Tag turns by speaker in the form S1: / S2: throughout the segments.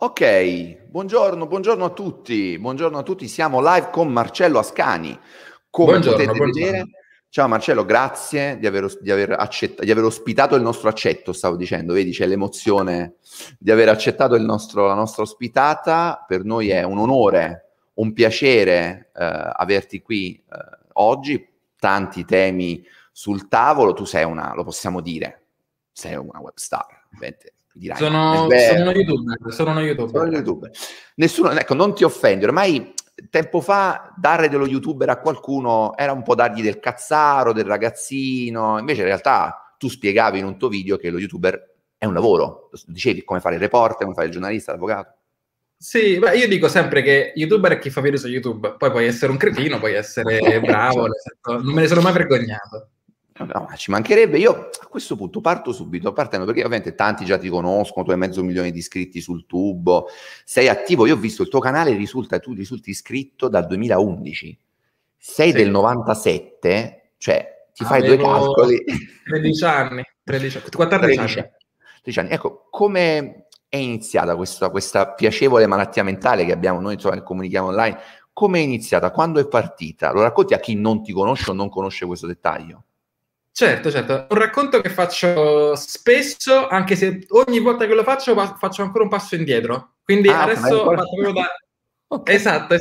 S1: Ok, buongiorno a tutti, siamo live con Marcello Ascani, come potete vedere. Ciao Marcello, grazie di aver ospitato il nostro accetto, stavo dicendo, vedi c'è l'emozione di aver accettato la nostra ospitata. Per noi è un onore, un piacere averti qui oggi, tanti temi sul tavolo. Tu sei lo possiamo dire, sei una web star, dirai,
S2: sono uno youtuber.
S1: Nessuno, ecco, non ti offendi, ormai tempo fa dare dello youtuber a qualcuno era un po' dargli del cazzaro, del ragazzino. Invece in realtà tu spiegavi in un tuo video che lo youtuber è un lavoro, dicevi come fare il reporter, come fare il giornalista, l'avvocato.
S2: Sì, beh, io dico sempre che youtuber è chi fa video su YouTube, poi puoi essere un cretino, puoi essere bravo, non me ne sono mai vergognato.
S1: No, ci mancherebbe. Io a questo punto parto subito, partendo perché ovviamente tanti già ti conoscono, tu hai 500.000 di iscritti sul tubo, sei attivo, io ho visto il tuo canale, tu risulti iscritto dal 2011, sei del 97, cioè ti fai due calcoli.
S2: 13 anni, 14 anni.
S1: 13 anni. Ecco, come è iniziata questa piacevole malattia mentale che abbiamo noi, insomma, che comunichiamo online? Come è iniziata? Quando è partita? Lo racconti a chi non ti conosce o non conosce questo dettaglio?
S2: Certo, un racconto che faccio spesso, anche se ogni volta che lo faccio ancora un passo indietro. Quindi adesso faccio proprio da... Okay. Esatto.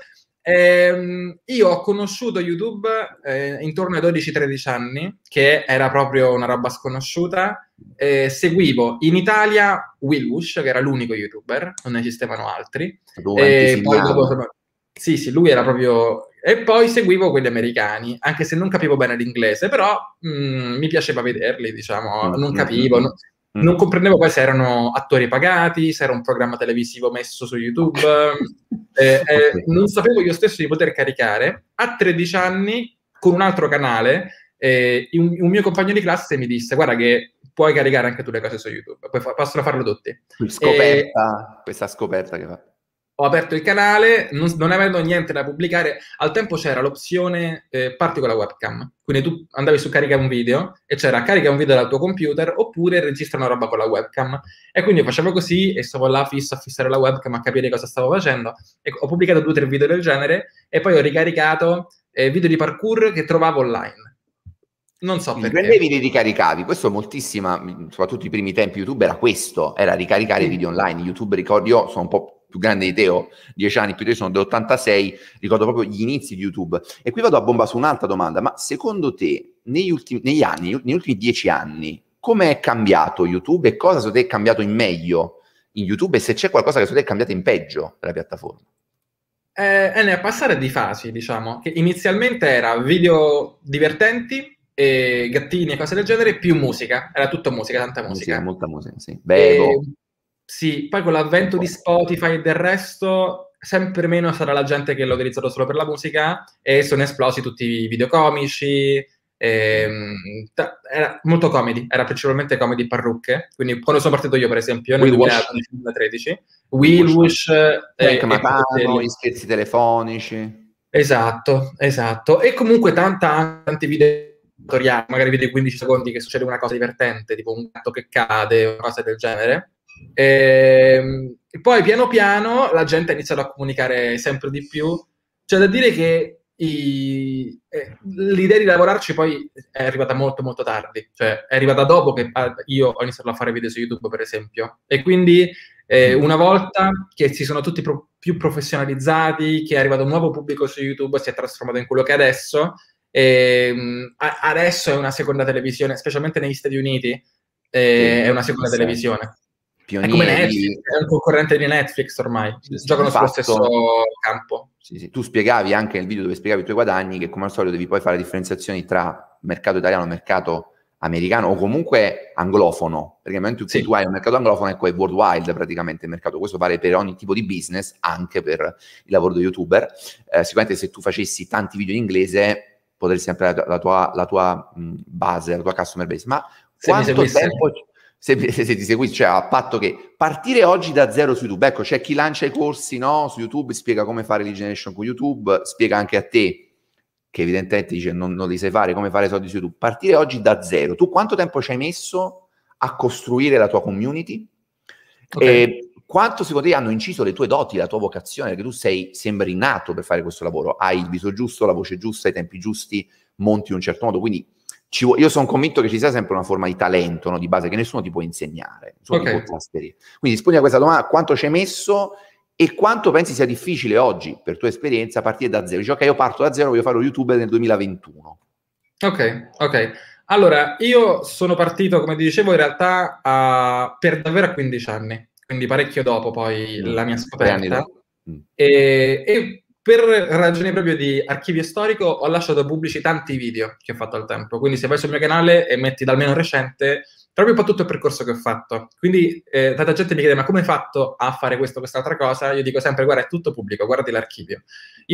S2: Io ho conosciuto YouTube intorno ai 12-13 anni, che era proprio una roba sconosciuta. Seguivo in Italia Will Bush, che era l'unico YouTuber, non esistevano altri. Poi dopo, sì, lui era proprio... E poi seguivo quelli americani, anche se non capivo bene l'inglese, però mi piaceva vederli, diciamo, non capivo, non comprendevo poi se erano attori pagati, se era un programma televisivo messo su YouTube, non sapevo io stesso di poter caricare. A 13 anni, con un altro canale, un mio compagno di classe mi disse: guarda che puoi caricare anche tu le cose su YouTube, possono farlo tutti.
S1: Questa scoperta che fa.
S2: Ho aperto il canale, non avendo niente da pubblicare. Al tempo c'era l'opzione parti con la webcam, quindi tu andavi su carica un video e c'era carica un video dal tuo computer oppure registra una roba con la webcam, e quindi io facevo così e stavo là fisso a fissare la webcam, a capire cosa stavo facendo, e ho pubblicato 2 o 3 video del genere e poi ho ricaricato video di parkour che trovavo online. Non so perché.
S1: Prendevi e li ricaricavi, questo moltissima, soprattutto i primi tempi YouTube era questo, era ricaricare video online. YouTube, ricordo, io sono un po' più grande di te, ho 10 anni più di te, sono dell'86, ricordo proprio gli inizi di YouTube. E qui vado a bomba su un'altra domanda: ma secondo te negli ultimi 10 anni come è cambiato YouTube e cosa secondo te è cambiato in meglio in YouTube, e se c'è qualcosa che secondo te è cambiato in peggio della piattaforma?
S2: Ne è passare di fasi, diciamo, che inizialmente era video divertenti, gattini e cose del genere, più musica, era tutto musica, tanta musica.
S1: Molta musica, sì.
S2: Sì, poi con l'avvento di Spotify e del resto, sempre meno sarà la gente che l'ha utilizzato solo per la musica, e sono esplosi tutti i video comici. Era molto comedy, era principalmente comedy parrucche. Quindi quando sono partito io, per esempio, nel 2013, Will Bush,
S1: gli scherzi telefonici.
S2: Esatto. E comunque tanti video tutoriali, magari video di 15 secondi che succede una cosa divertente, tipo un gatto che cade o cose del genere. E poi piano piano la gente ha iniziato a comunicare sempre di più. C'è da dire che l'idea di lavorarci poi è arrivata molto molto tardi, cioè è arrivata dopo che io ho iniziato a fare video su YouTube, per esempio, e quindi una volta che si sono tutti più professionalizzati, che è arrivato un nuovo pubblico su YouTube, si è trasformato in quello che è adesso. Adesso è una seconda televisione, specialmente negli Stati Uniti, è una seconda televisione. Pionieri. È come Netflix, è un concorrente di Netflix ormai, giocano sullo stesso campo.
S1: Sì. Tu spiegavi anche nel video dove spiegavi i tuoi guadagni che come al solito devi poi fare differenziazioni tra mercato italiano e mercato americano o comunque anglofono, perché nel momento in cui tu hai un mercato anglofono, ecco, è worldwide praticamente il mercato. Questo vale per ogni tipo di business, anche per il lavoro di YouTuber. Sicuramente se tu facessi tanti video in inglese potresti ampliare la tua base, la tua customer base, ma quanto tempo... Se ti seguisci, cioè a patto che partire oggi da zero su YouTube, ecco, c'è chi lancia i corsi, no, su YouTube, spiega come fare lead generation con YouTube, spiega anche a te, che evidentemente dice non li sai fare, come fare soldi su YouTube. Partire oggi da zero, tu quanto tempo ci hai messo a costruire la tua community? Okay. quanto secondo te hanno inciso le tue doti, la tua vocazione, perché tu sembri nato per fare questo lavoro, hai il viso giusto, la voce giusta, i tempi giusti, monti in un certo modo, quindi io sono convinto che ci sia sempre una forma di talento, no, di base, che nessuno ti può insegnare, nessuno ti può trasferire. Quindi rispondi a questa domanda: quanto ci hai messo e quanto pensi sia difficile oggi, per tua esperienza, partire da zero? Dici, ok, io parto da zero, voglio fare lo YouTuber nel 2021.
S2: Ok. Allora, io sono partito, come ti dicevo, in realtà per davvero a 15 anni, quindi parecchio dopo poi la mia
S1: 3 anni
S2: scoperta.
S1: dopo.
S2: E per ragioni proprio di archivio storico ho lasciato pubblici tanti video che ho fatto al tempo, quindi se vai sul mio canale e metti dal meno recente, proprio un po' tutto il percorso che ho fatto. Quindi tanta gente mi chiede: ma come hai fatto a fare questo, quest'altra cosa? Io dico sempre: guarda, è tutto pubblico, guardi l'archivio. Io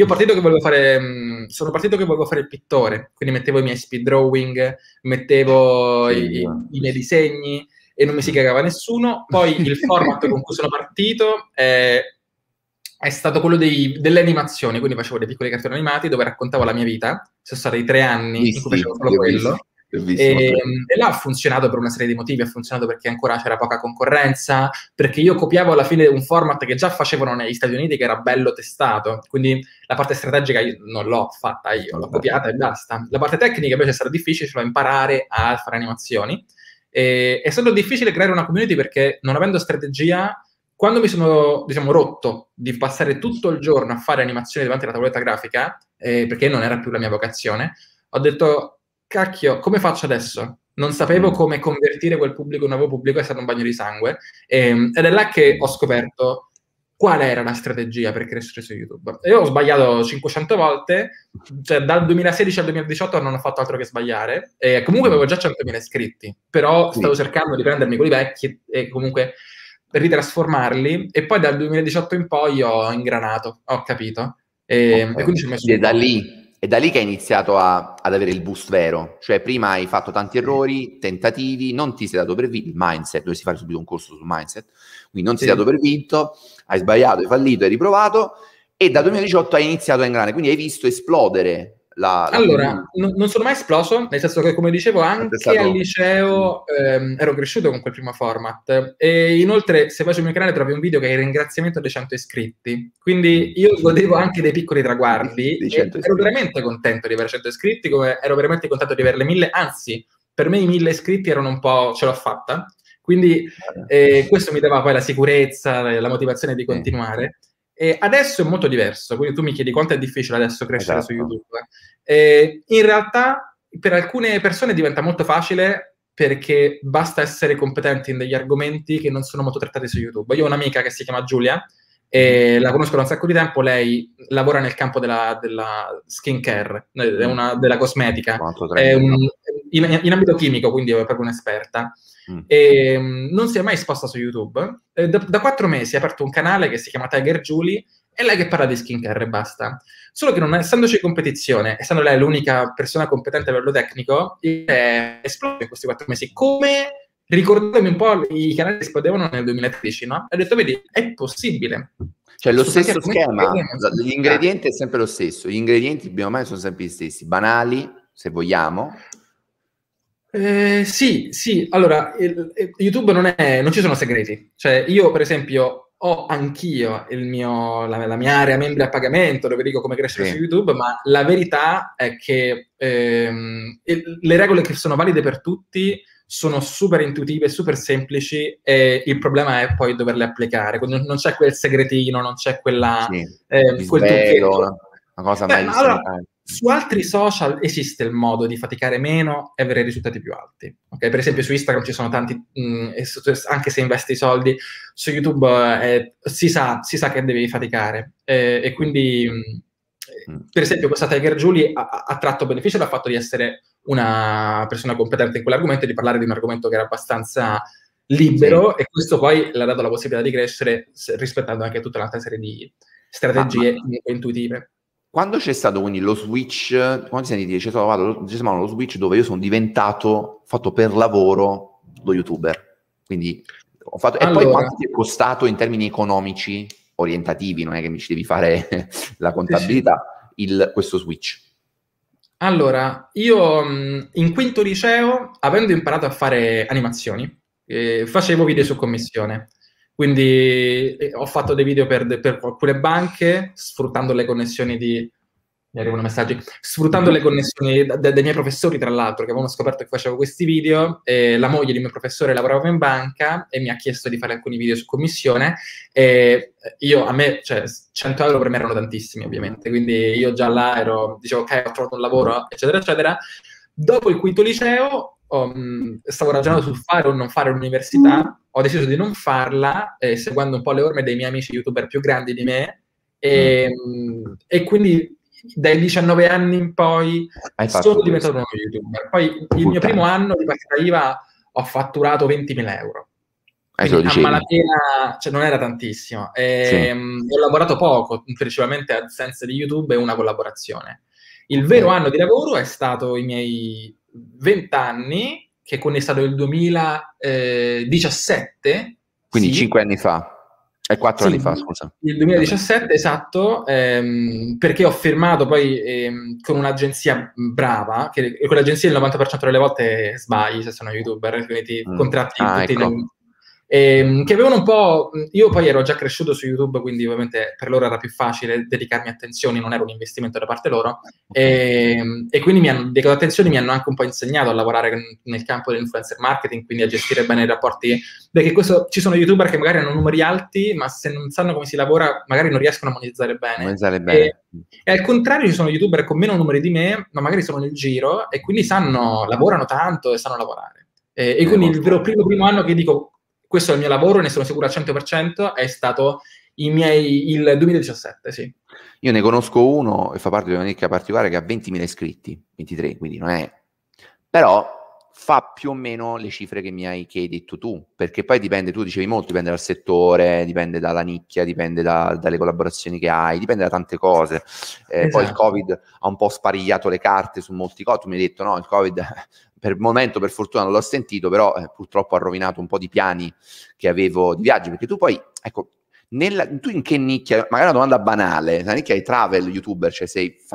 S2: sono partito che volevo fare il pittore, quindi mettevo i miei speed drawing, mettevo i miei disegni e non mi si cagava nessuno. Poi il format con cui sono partito è stato quello delle animazioni, quindi facevo dei piccoli cartoni animati dove raccontavo la mia vita. Sono stati 3 anni in cui facevo solo quello. E là ha funzionato per una serie di motivi. Ha funzionato perché ancora c'era poca concorrenza, perché io copiavo alla fine un format che già facevano negli Stati Uniti, che era bello testato, quindi la parte strategica io non l'ho fatta io, l'ho copiata e basta. La parte tecnica invece è stata difficile, cioè imparare a fare animazioni. È stato difficile creare una community perché, non avendo strategia, quando mi sono, diciamo, rotto di passare tutto il giorno a fare animazioni davanti alla tavoletta grafica, perché non era più la mia vocazione, ho detto: cacchio, come faccio adesso? Non sapevo come convertire quel pubblico in un nuovo pubblico, è stato un bagno di sangue. Ed è là che ho scoperto qual era la strategia per crescere su YouTube. E io ho sbagliato 500 volte, cioè dal 2016 al 2018 non ho fatto altro che sbagliare, e comunque avevo già 100.000 iscritti, però stavo cercando di prendermi quelli vecchi e comunque per ritrasformarli, e poi dal 2018 in poi ho ingranato, ho capito, e quindi ci ho messo
S1: È da lì che hai iniziato ad avere il boost vero, cioè prima hai fatto tanti errori, tentativi, non ti sei dato per vinto, il mindset, dovresti fare subito un corso sul mindset, quindi non ti sei dato per vinto, hai sbagliato, hai fallito, hai riprovato, e dal 2018 hai iniziato a ingranare, quindi hai visto esplodere
S2: allora, non sono mai esploso, nel senso che, come dicevo, anche al liceo ero cresciuto con quel primo format, e inoltre se vai sul mio canale trovi un video che è il ringraziamento dei 100 iscritti, quindi io godevo anche dei piccoli traguardi e ero veramente contento di avere 100 iscritti, come ero veramente contento di averle 1000, anzi per me i 1000 iscritti erano un po', ce l'ho fatta, quindi questo mi dava poi la sicurezza, la motivazione di continuare. E adesso è molto diverso, quindi tu mi chiedi quanto è difficile adesso crescere su YouTube. In realtà per alcune persone diventa molto facile, perché basta essere competenti in degli argomenti che non sono molto trattati su YouTube. Io ho un'amica che si chiama Giulia, e la conosco da un sacco di tempo. Lei lavora nel campo della skincare, della cosmetica, è in ambito chimico, quindi è proprio un'esperta. E non si è mai esposta su YouTube. Da 4 mesi ha aperto un canale che si chiama Tiger Julie, è lei che parla di skincare e basta. Solo che, non essendoci competizione, essendo lei l'unica persona competente a livello tecnico, è esploso in questi 4 mesi. Come, ricordatemi un po', i canali esplodevano nel 2013, no? E ho detto: vedi, è possibile.
S1: Cioè lo stesso schema, l'ingrediente è sempre lo stesso, gli ingredienti bene o male sono sempre gli stessi, banali, se vogliamo.
S2: Sì, allora, YouTube non ci sono segreti. Cioè, io per esempio ho anch'io la mia area membri a pagamento, dove dico come crescere su YouTube, ma la verità è che le regole che sono valide per tutti sono super intuitive, super semplici, e il problema è poi doverle applicare. Quindi non c'è quel segretino, non c'è quel trucchetto.
S1: Una cosa mai vista.
S2: Allora, su altri social esiste il modo di faticare meno e avere risultati più alti. Okay? Per esempio su Instagram ci sono tanti, anche se investi i soldi, su YouTube si sa che devi faticare. E quindi, per esempio, questa Tiger Julie ha tratto beneficio dal fatto di essere una persona competente in quell'argomento e di parlare di un argomento che era abbastanza libero, e questo poi le ha dato la possibilità di crescere, rispettando anche tutta un'altra serie di strategie intuitive.
S1: Quando c'è stato quindi lo switch, quando ti senti dire c'è stato lo switch dove io sono fatto per lavoro lo YouTuber, quindi ho fatto, e poi quanto ti è costato in termini economici orientativi, non è che mi ci devi fare la contabilità, questo switch?
S2: Allora, io in quinto liceo, avendo imparato a fare animazioni, facevo video su commissione. Quindi ho fatto dei video per alcune banche, sfruttando le connessioni mi arrivano messaggi, sfruttando le connessioni dei miei professori, tra l'altro, che avevano scoperto che facevo questi video. La moglie di mio professore lavorava in banca e mi ha chiesto di fare alcuni video su commissione. E a me, cioè, 100 euro per me erano tantissimi, ovviamente. Quindi io già là dicevo, ok, ho trovato un lavoro, eccetera, eccetera. Dopo il quinto liceo stavo ragionando sul fare o non fare l'università. Ho deciso di non farla, seguendo un po' le orme dei miei amici youtuber più grandi di me, e quindi dai 19 anni in poi sono diventato uno youtuber. Poi il mio primo anno di partita IVA ho fatturato 20.000 euro. Quindi a malapena, cioè non era tantissimo. Ho lavorato poco, principalmente AdSense di YouTube e una collaborazione. Il vero anno di lavoro è stato i miei 20 anni, che quindi è stato il 2017.
S1: Quindi 5 anni fa. 4 anni fa, scusa.
S2: Il 2017, esatto, perché ho firmato poi con un'agenzia brava, che quell'agenzia il 90% delle volte sbagli se sono youtuber, quindi ti contratti tutti che avevano un po'... Io poi ero già cresciuto su YouTube, quindi ovviamente per loro era più facile dedicarmi attenzioni, non era un investimento da parte loro, e quindi mi hanno dedicato attenzioni, mi hanno anche un po' insegnato a lavorare nel campo dell'influencer marketing, quindi a gestire bene i rapporti, perché ci sono youtuber che magari hanno numeri alti, ma se non sanno come si lavora magari non riescono a monetizzare bene. E al contrario ci sono youtuber con meno numeri di me, ma magari sono nel giro, e quindi lavorano tanto e sanno lavorare. E quindi il vero primo anno che dico questo è il mio lavoro, ne sono sicuro al 100%, è stato il 2017, sì.
S1: Io ne conosco uno, e fa parte di una nicchia particolare, che ha 20.000 iscritti, 23, quindi non è... Però fa più o meno le cifre che hai detto tu, perché poi dipende, tu dicevi molto, dipende dal settore, dipende dalla nicchia, dipende dalle collaborazioni che hai, dipende da tante cose. Esatto. Poi il Covid ha un po' sparigliato le carte su molti cose. Tu mi hai detto, no, il Covid... Per il momento, per fortuna, non l'ho sentito, però purtroppo ha rovinato un po' di piani che avevo di viaggi, perché tu poi, ecco, tu in che nicchia, magari una domanda banale, la nicchia di travel youtuber, cioè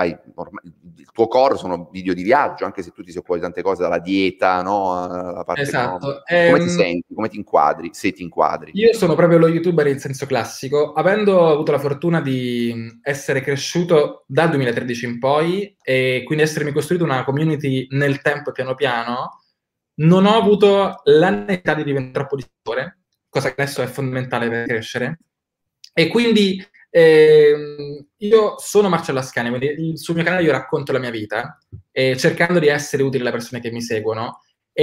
S1: il tuo core sono video di viaggio, anche se tu ti sei occupato di tante cose, dalla dieta, no, alla parte
S2: esatto.
S1: Come ti senti, come ti inquadri, se ti inquadri?
S2: Io sono proprio lo youtuber in senso classico, avendo avuto la fortuna di essere cresciuto dal 2013 in poi e quindi essermi costruito una community nel tempo piano piano, non ho avuto la necessità di diventare troppo discussione, cosa che adesso è fondamentale per crescere. E quindi io sono Marcello Ascani, quindi sul mio canale io racconto la mia vita, cercando di essere utile alle persone che mi seguono.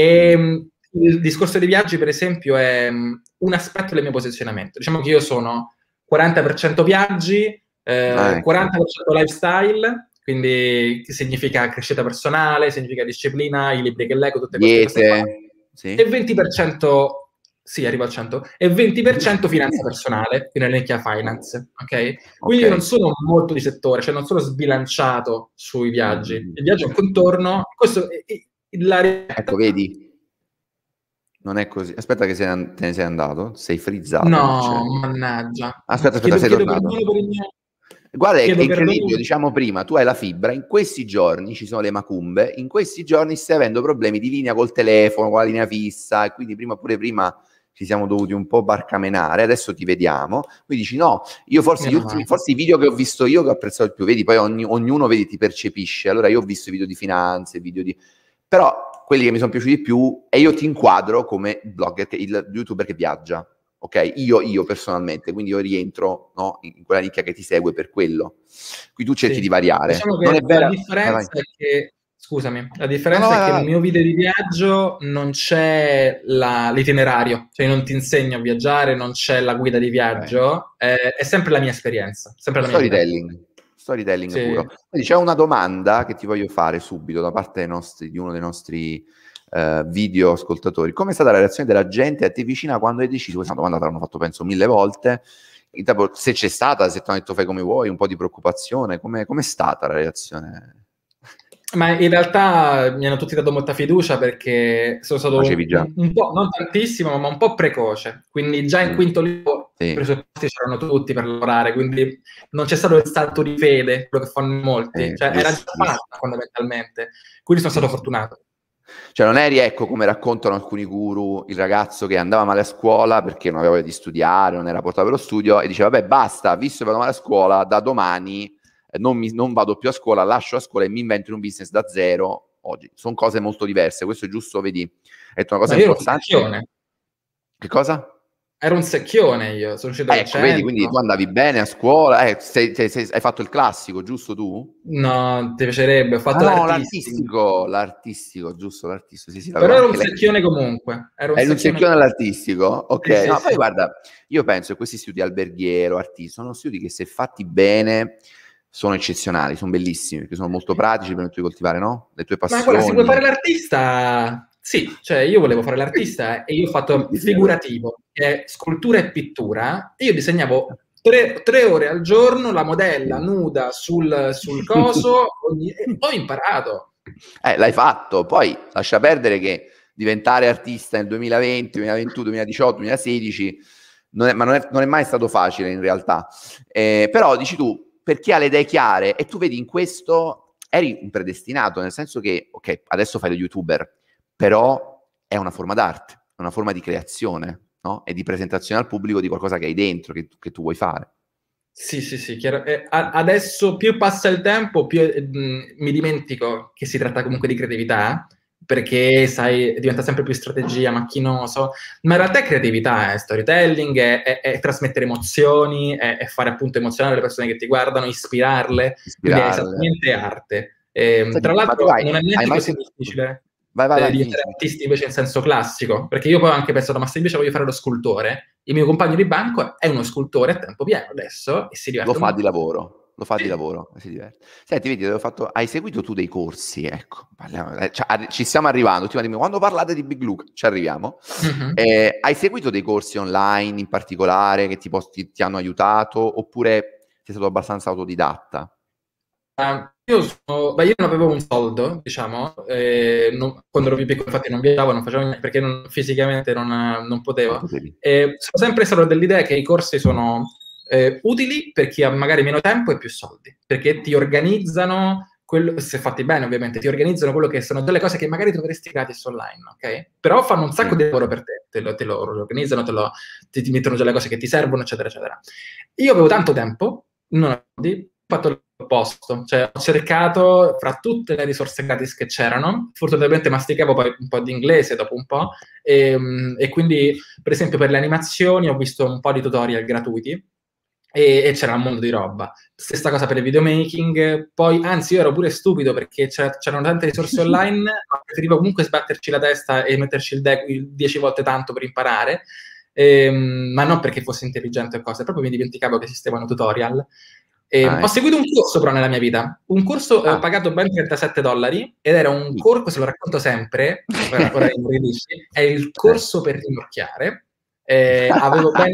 S2: Il discorso dei viaggi, per esempio, è un aspetto del mio posizionamento. Diciamo che io sono 40% viaggi, 40% lifestyle, quindi che significa crescita personale, significa disciplina, i libri che leggo, tutte queste cose. Sì. E 20%, sì, arrivo al 100, e 20% finanza personale, quindi nicchia finance, ok? Quindi io non sono molto di settore, cioè non sono sbilanciato sui viaggi. Il viaggio è un contorno, questo
S1: ecco, vedi? Non è così. Aspetta che te ne sei andato, sei frizzato.
S2: No, mannaggia.
S1: Aspetta, sei tornato. Guarda, è incredibile, diciamo prima, tu hai la fibra, in questi giorni ci sono le macumbe, in questi giorni stai avendo problemi di linea col telefono, con la linea fissa, e quindi prima ci siamo dovuti un po' barcamenare, adesso ti vediamo, quindi dici no, io forse forse i video che ho visto io che ho apprezzato di più, vedi, poi ognuno, vedi, ti percepisce, allora io ho visto i video di finanze, però quelli che mi sono piaciuti di più, e io ti inquadro come blogger, il youtuber che viaggia, ok? Io personalmente, quindi io rientro, no, in quella nicchia che ti segue per quello, qui tu cerchi di variare.
S2: Diciamo che non è vero. La differenza è che... Scusami, la differenza è che nel mio video di viaggio non c'è l'itinerario, cioè non ti insegno a viaggiare, non c'è la guida di viaggio, è sempre la mia esperienza, sempre la mia
S1: storytelling puro. Quindi c'è una domanda che ti voglio fare subito da parte di uno dei nostri video ascoltatori. Come è stata la reazione della gente a te vicina quando hai deciso? Questa domanda te l'hanno fatto penso 1000 volte. Se c'è stata, se ti hanno detto fai come vuoi, un po' di preoccupazione, com'è stata la reazione?
S2: Ma in realtà mi hanno tutti dato molta fiducia perché sono stato un po', non tantissimo, ma un po' precoce. Quindi già in quinto libro i presupposti c'erano tutti per lavorare, quindi non c'è stato il salto di fede, quello che fanno molti. Cioè era già fatta fondamentalmente. Quindi sono stato fortunato.
S1: Cioè non eri, ecco, come raccontano alcuni guru, il ragazzo che andava male a scuola perché non aveva voglia di studiare, non era portato per lo studio, e diceva, vabbè, basta, visto che vado male a scuola, da domani non vado più a scuola, lascio la scuola e mi invento un business da zero. Oggi sono cose molto diverse, questo è giusto, vedi, hai detto una cosa importante. Che cosa?
S2: Ero un secchione io, sono uscito dal
S1: Ecco, vedi, quindi tu andavi bene a scuola, hai fatto il classico, giusto tu?
S2: No, ti piacerebbe, ho fatto
S1: l'artistico, giusto, l'artistico, sì,
S2: però ero un secchione comunque.
S1: Eri un secchione all'artistico? Ok,
S2: sì,
S1: no,
S2: sì,
S1: poi
S2: sì.
S1: guarda, io penso che questi studi alberghiero, artistico, sono studi che se fatti bene sono eccezionali, sono bellissimi, perché sono molto pratici, permettono di coltivare, no? Le tue
S2: Ma guarda, se vuoi
S1: passioni.
S2: fare l'artista, sì, cioè io volevo fare l'artista e io ho fatto figurativo, che è scultura e pittura, e io disegnavo 3 ore al giorno la modella nuda sul coso, e ho imparato.
S1: L'hai fatto, poi lascia perdere che diventare artista nel 2020, 2021, 2018, 2016 non è mai stato facile in realtà. Però dici tu, per chi ha le idee chiare, e tu vedi in questo eri un predestinato, nel senso che, ok, adesso fai lo YouTuber, però è una forma d'arte, è una forma di creazione, no? E di presentazione al pubblico di qualcosa che hai dentro, che tu vuoi fare.
S2: Sì, sì, sì, chiaro. Adesso più passa il tempo, più mi dimentico che si tratta comunque di creatività, perché sai, diventa sempre più strategia, macchinoso, ma in realtà è creatività, è storytelling, è trasmettere emozioni, è fare appunto emozionare le persone che ti guardano, ispirarle, quindi è
S1: Ispirarle.
S2: esattamente arte.
S1: Senti,
S2: Tra
S1: ma tu
S2: l'altro non è
S1: hai
S2: neanche
S1: mai
S2: così
S1: sentito...
S2: difficile
S1: Vai,
S2: diventare
S1: finisci.
S2: artisti invece in senso classico, perché io poi ho anche pensato, ma se invece voglio fare lo scultore, il mio compagno di banco è uno scultore a tempo pieno adesso e si
S1: Lo
S2: diverte un
S1: fa di
S2: botto.
S1: lavoro,
S2: Sì.
S1: e si diverte. Senti, vedi, hai seguito tu dei corsi, ecco, ci stiamo arrivando, quando parlate di Big Look, ci arriviamo.
S2: Mhm.
S1: Hai seguito dei corsi online in particolare che ti hanno aiutato, oppure sei stato abbastanza autodidatta?
S2: Io non avevo un soldo, diciamo, quando ero più piccolo, infatti non viaggiavo, non facevo niente, perché fisicamente non
S1: Non
S2: potevo.
S1: potevi.
S2: Sono sempre stato dell'idea che i corsi sono utili per chi ha magari meno tempo e più soldi, perché ti organizzano, se fatti bene ovviamente, ti organizzano quello che sono delle cose che magari troveresti gratis online, ok? Però fanno un sacco
S1: Sì.
S2: di lavoro per te lo organizzano, ti mettono già le cose che ti servono, eccetera, eccetera. Io avevo tanto tempo, non ho fatto l'opposto, cioè ho cercato fra tutte le risorse gratis che c'erano, fortunatamente masticavo poi un po' di inglese dopo un po', e quindi per esempio per le animazioni ho visto un po' di tutorial gratuiti e c'era un mondo di roba. Stessa cosa per il videomaking, poi anzi io ero pure stupido perché c'erano tante risorse online, ma preferivo comunque sbatterci la testa e metterci il 10 volte tanto per imparare, ma non perché fossi intelligente o cose, proprio mi dimenticavo che esistevano tutorial. Ho
S1: Ecco.
S2: seguito un corso però nella mia vita, un corso pagato ben $37 ed era un
S1: Sì.
S2: corso, se lo racconto sempre, ora ingrandisci, è il corso per rinocchiare. Avevo ben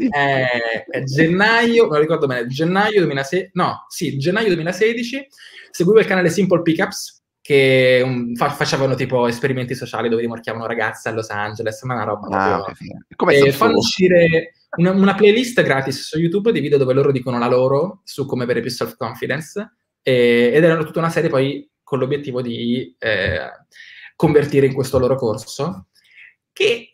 S2: gennaio, non ricordo bene, gennaio 2016, no, sì, gennaio 2016, seguivo il canale Simple Pickups che facevano tipo esperimenti sociali dove rimorchiavano ragazze a Los Angeles, ma una roba proprio...
S1: Ok, come sta il
S2: fanno
S1: suo?
S2: uscire una playlist gratis su YouTube di video dove loro dicono la loro su come avere più self-confidence ed erano tutta una serie poi con l'obiettivo di convertire in questo loro corso che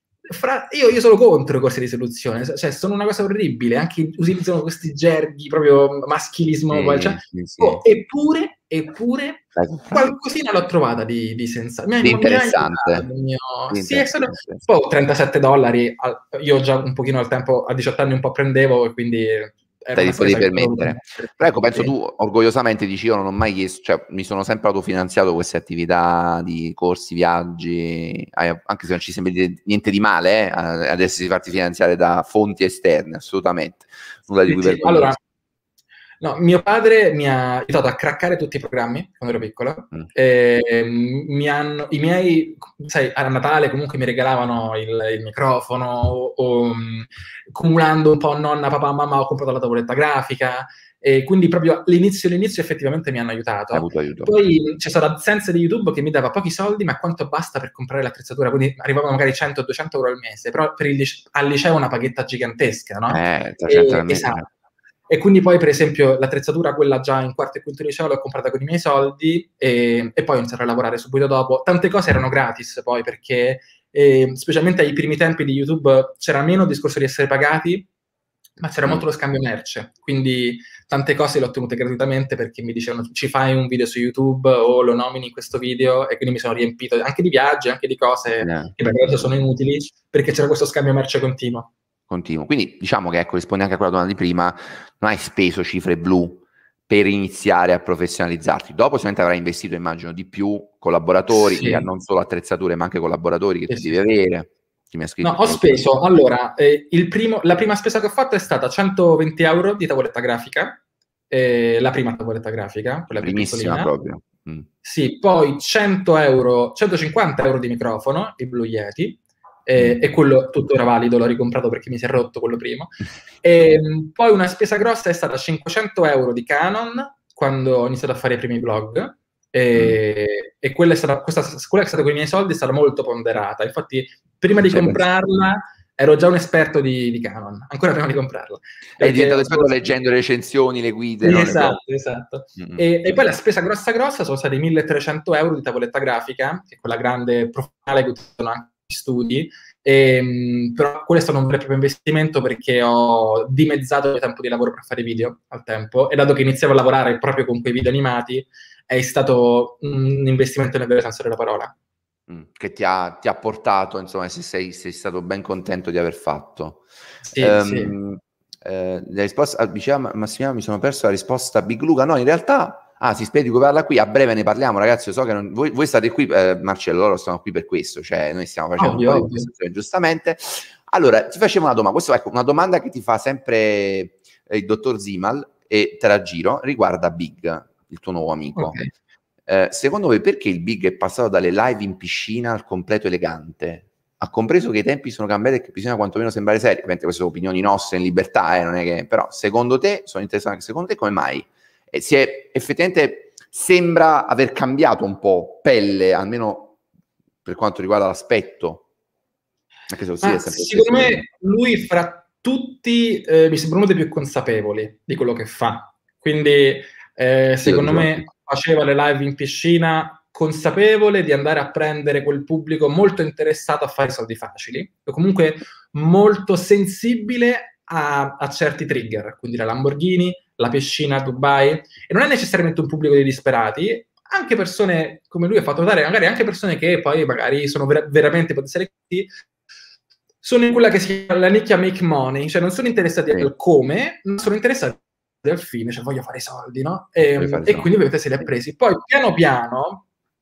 S2: io sono contro i corsi di seduzione, cioè sono una cosa orribile, anche utilizzano questi gerghi proprio maschilismo, cioè,
S1: Sì.
S2: eppure
S1: L'hai comprato?
S2: qualcosina l'ho trovata di senza.
S1: Di
S2: Mi ha aiutato.
S1: interessante.
S2: Sì, è stato... Poi $37, io già un pochino al tempo, a 18 anni un po' prendevo e quindi era una
S1: Potevi
S2: spesa che dovevo
S1: permettere. Però ecco, penso
S2: sì.
S1: tu orgogliosamente dici io non ho mai chiesto, cioè mi sono sempre autofinanziato queste attività di corsi, viaggi, anche se non ci sembra niente di male, ad essersi fatti finanziare da fonti esterne, assolutamente. Nulla di cui
S2: Sì, allora,
S1: vergognarsi.
S2: no, mio padre mi ha aiutato a craccare tutti i programmi quando ero piccolo. I miei, sai, a Natale comunque mi regalavano il microfono, cumulando un po' nonna, papà, mamma, ho comprato la tavoletta grafica. E quindi proprio all'inizio effettivamente mi hanno
S1: Hai
S2: aiutato.
S1: avuto aiuto.
S2: Poi c'è stata l'AdSense di YouTube che mi dava pochi soldi, ma quanto basta per comprare l'attrezzatura, quindi arrivavano magari 100-200 euro al mese, però al liceo una paghetta gigantesca, no?
S1: 300 al mese.
S2: Esatto. E quindi poi, per esempio, l'attrezzatura, quella già in quarto e quinto liceo, l'ho comprata con i miei soldi e poi ho iniziato a lavorare subito dopo. Tante cose erano gratis poi, perché specialmente ai primi tempi di YouTube c'era meno il discorso di essere pagati, ma c'era molto lo scambio merce. Quindi tante cose le ho ottenute gratuitamente perché mi dicevano ci fai un video su YouTube o lo nomini in questo video, e quindi mi sono riempito anche di viaggi, anche di cose che per adesso sono inutili, perché c'era questo scambio merce continuo.
S1: Quindi diciamo che, ecco, rispondi anche a quella domanda di prima, non hai speso cifre blu per iniziare a professionalizzarti. Dopo sicuramente avrai investito, immagino, di più collaboratori,
S2: Sì.
S1: non solo attrezzature, ma anche collaboratori che tu devi avere. Chi mi ha scritto?
S2: No, ho speso, allora, la prima spesa che ho fatto è stata 120 euro di tavoletta grafica, la prima tavoletta grafica, quella più
S1: Primissima
S2: piccolina.
S1: proprio.
S2: Sì, poi 100 euro, 150 euro di microfono, il Blue Yeti, e quello tuttora valido, l'ho ricomprato perché mi si è rotto quello primo. Poi una spesa grossa è stata 500 euro di Canon, quando ho iniziato a fare i primi vlog, e quella è stata con i miei soldi, è stata molto ponderata. Infatti, prima di comprarla ero già un esperto di Canon, ancora prima di comprarla.
S1: È diventato esperto leggendo le recensioni, le guide.
S2: Esatto. E poi la spesa grossa sono stati 1300 euro di tavoletta grafica, che è quella grande professionale che utilizzano anche gli studi. Però quello è stato un vero e proprio investimento, perché ho dimezzato il tempo di lavoro per fare video al tempo, e dato che iniziavo a lavorare proprio con quei video animati, è stato un investimento nel vero senso della parola.
S1: Che ti ha portato, insomma, se sei stato ben contento di aver fatto.
S2: Sì.
S1: La risposta, diceva Massimiliano, mi sono perso la risposta a Big Luca. No, in realtà, si spiega di cui parla qui, a breve ne parliamo, ragazzi. Io so che voi state qui, Marcello, loro stanno qui per questo, cioè noi stiamo facendo un po' di conversazione, giustamente. Allora, ti facevo una domanda, questa è una domanda che ti fa sempre il dottor Zimal, e te la giro, riguarda Big, il tuo nuovo amico.
S2: Okay.
S1: Secondo voi perché il Big è passato dalle live in piscina al completo elegante? Ha compreso che i tempi sono cambiati e che bisogna quantomeno sembrare seri. Ovviamente queste sono opinioni nostre in libertà, non è che... Però secondo te, sono interessato anche secondo te, come mai? Effettivamente sembra aver cambiato un po' pelle, almeno per quanto riguarda l'aspetto. Anche se è sempre
S2: secondo me lui fra tutti mi sembra uno dei più consapevoli di quello che fa. Quindi secondo me faceva le live in piscina consapevole di andare a prendere quel pubblico molto interessato a fare soldi facili, o comunque molto sensibile a certi trigger, quindi la Lamborghini, la piscina a Dubai, e non è necessariamente un pubblico di disperati, anche persone, come lui ha fatto notare, magari anche persone che poi magari sono veramente potenziali, sono in quella che si chiama la nicchia make money, cioè non sono interessati al come, ma sono interessati al fine, cioè voglio fare i soldi, no? E quindi ovviamente se li ha presi. Poi piano piano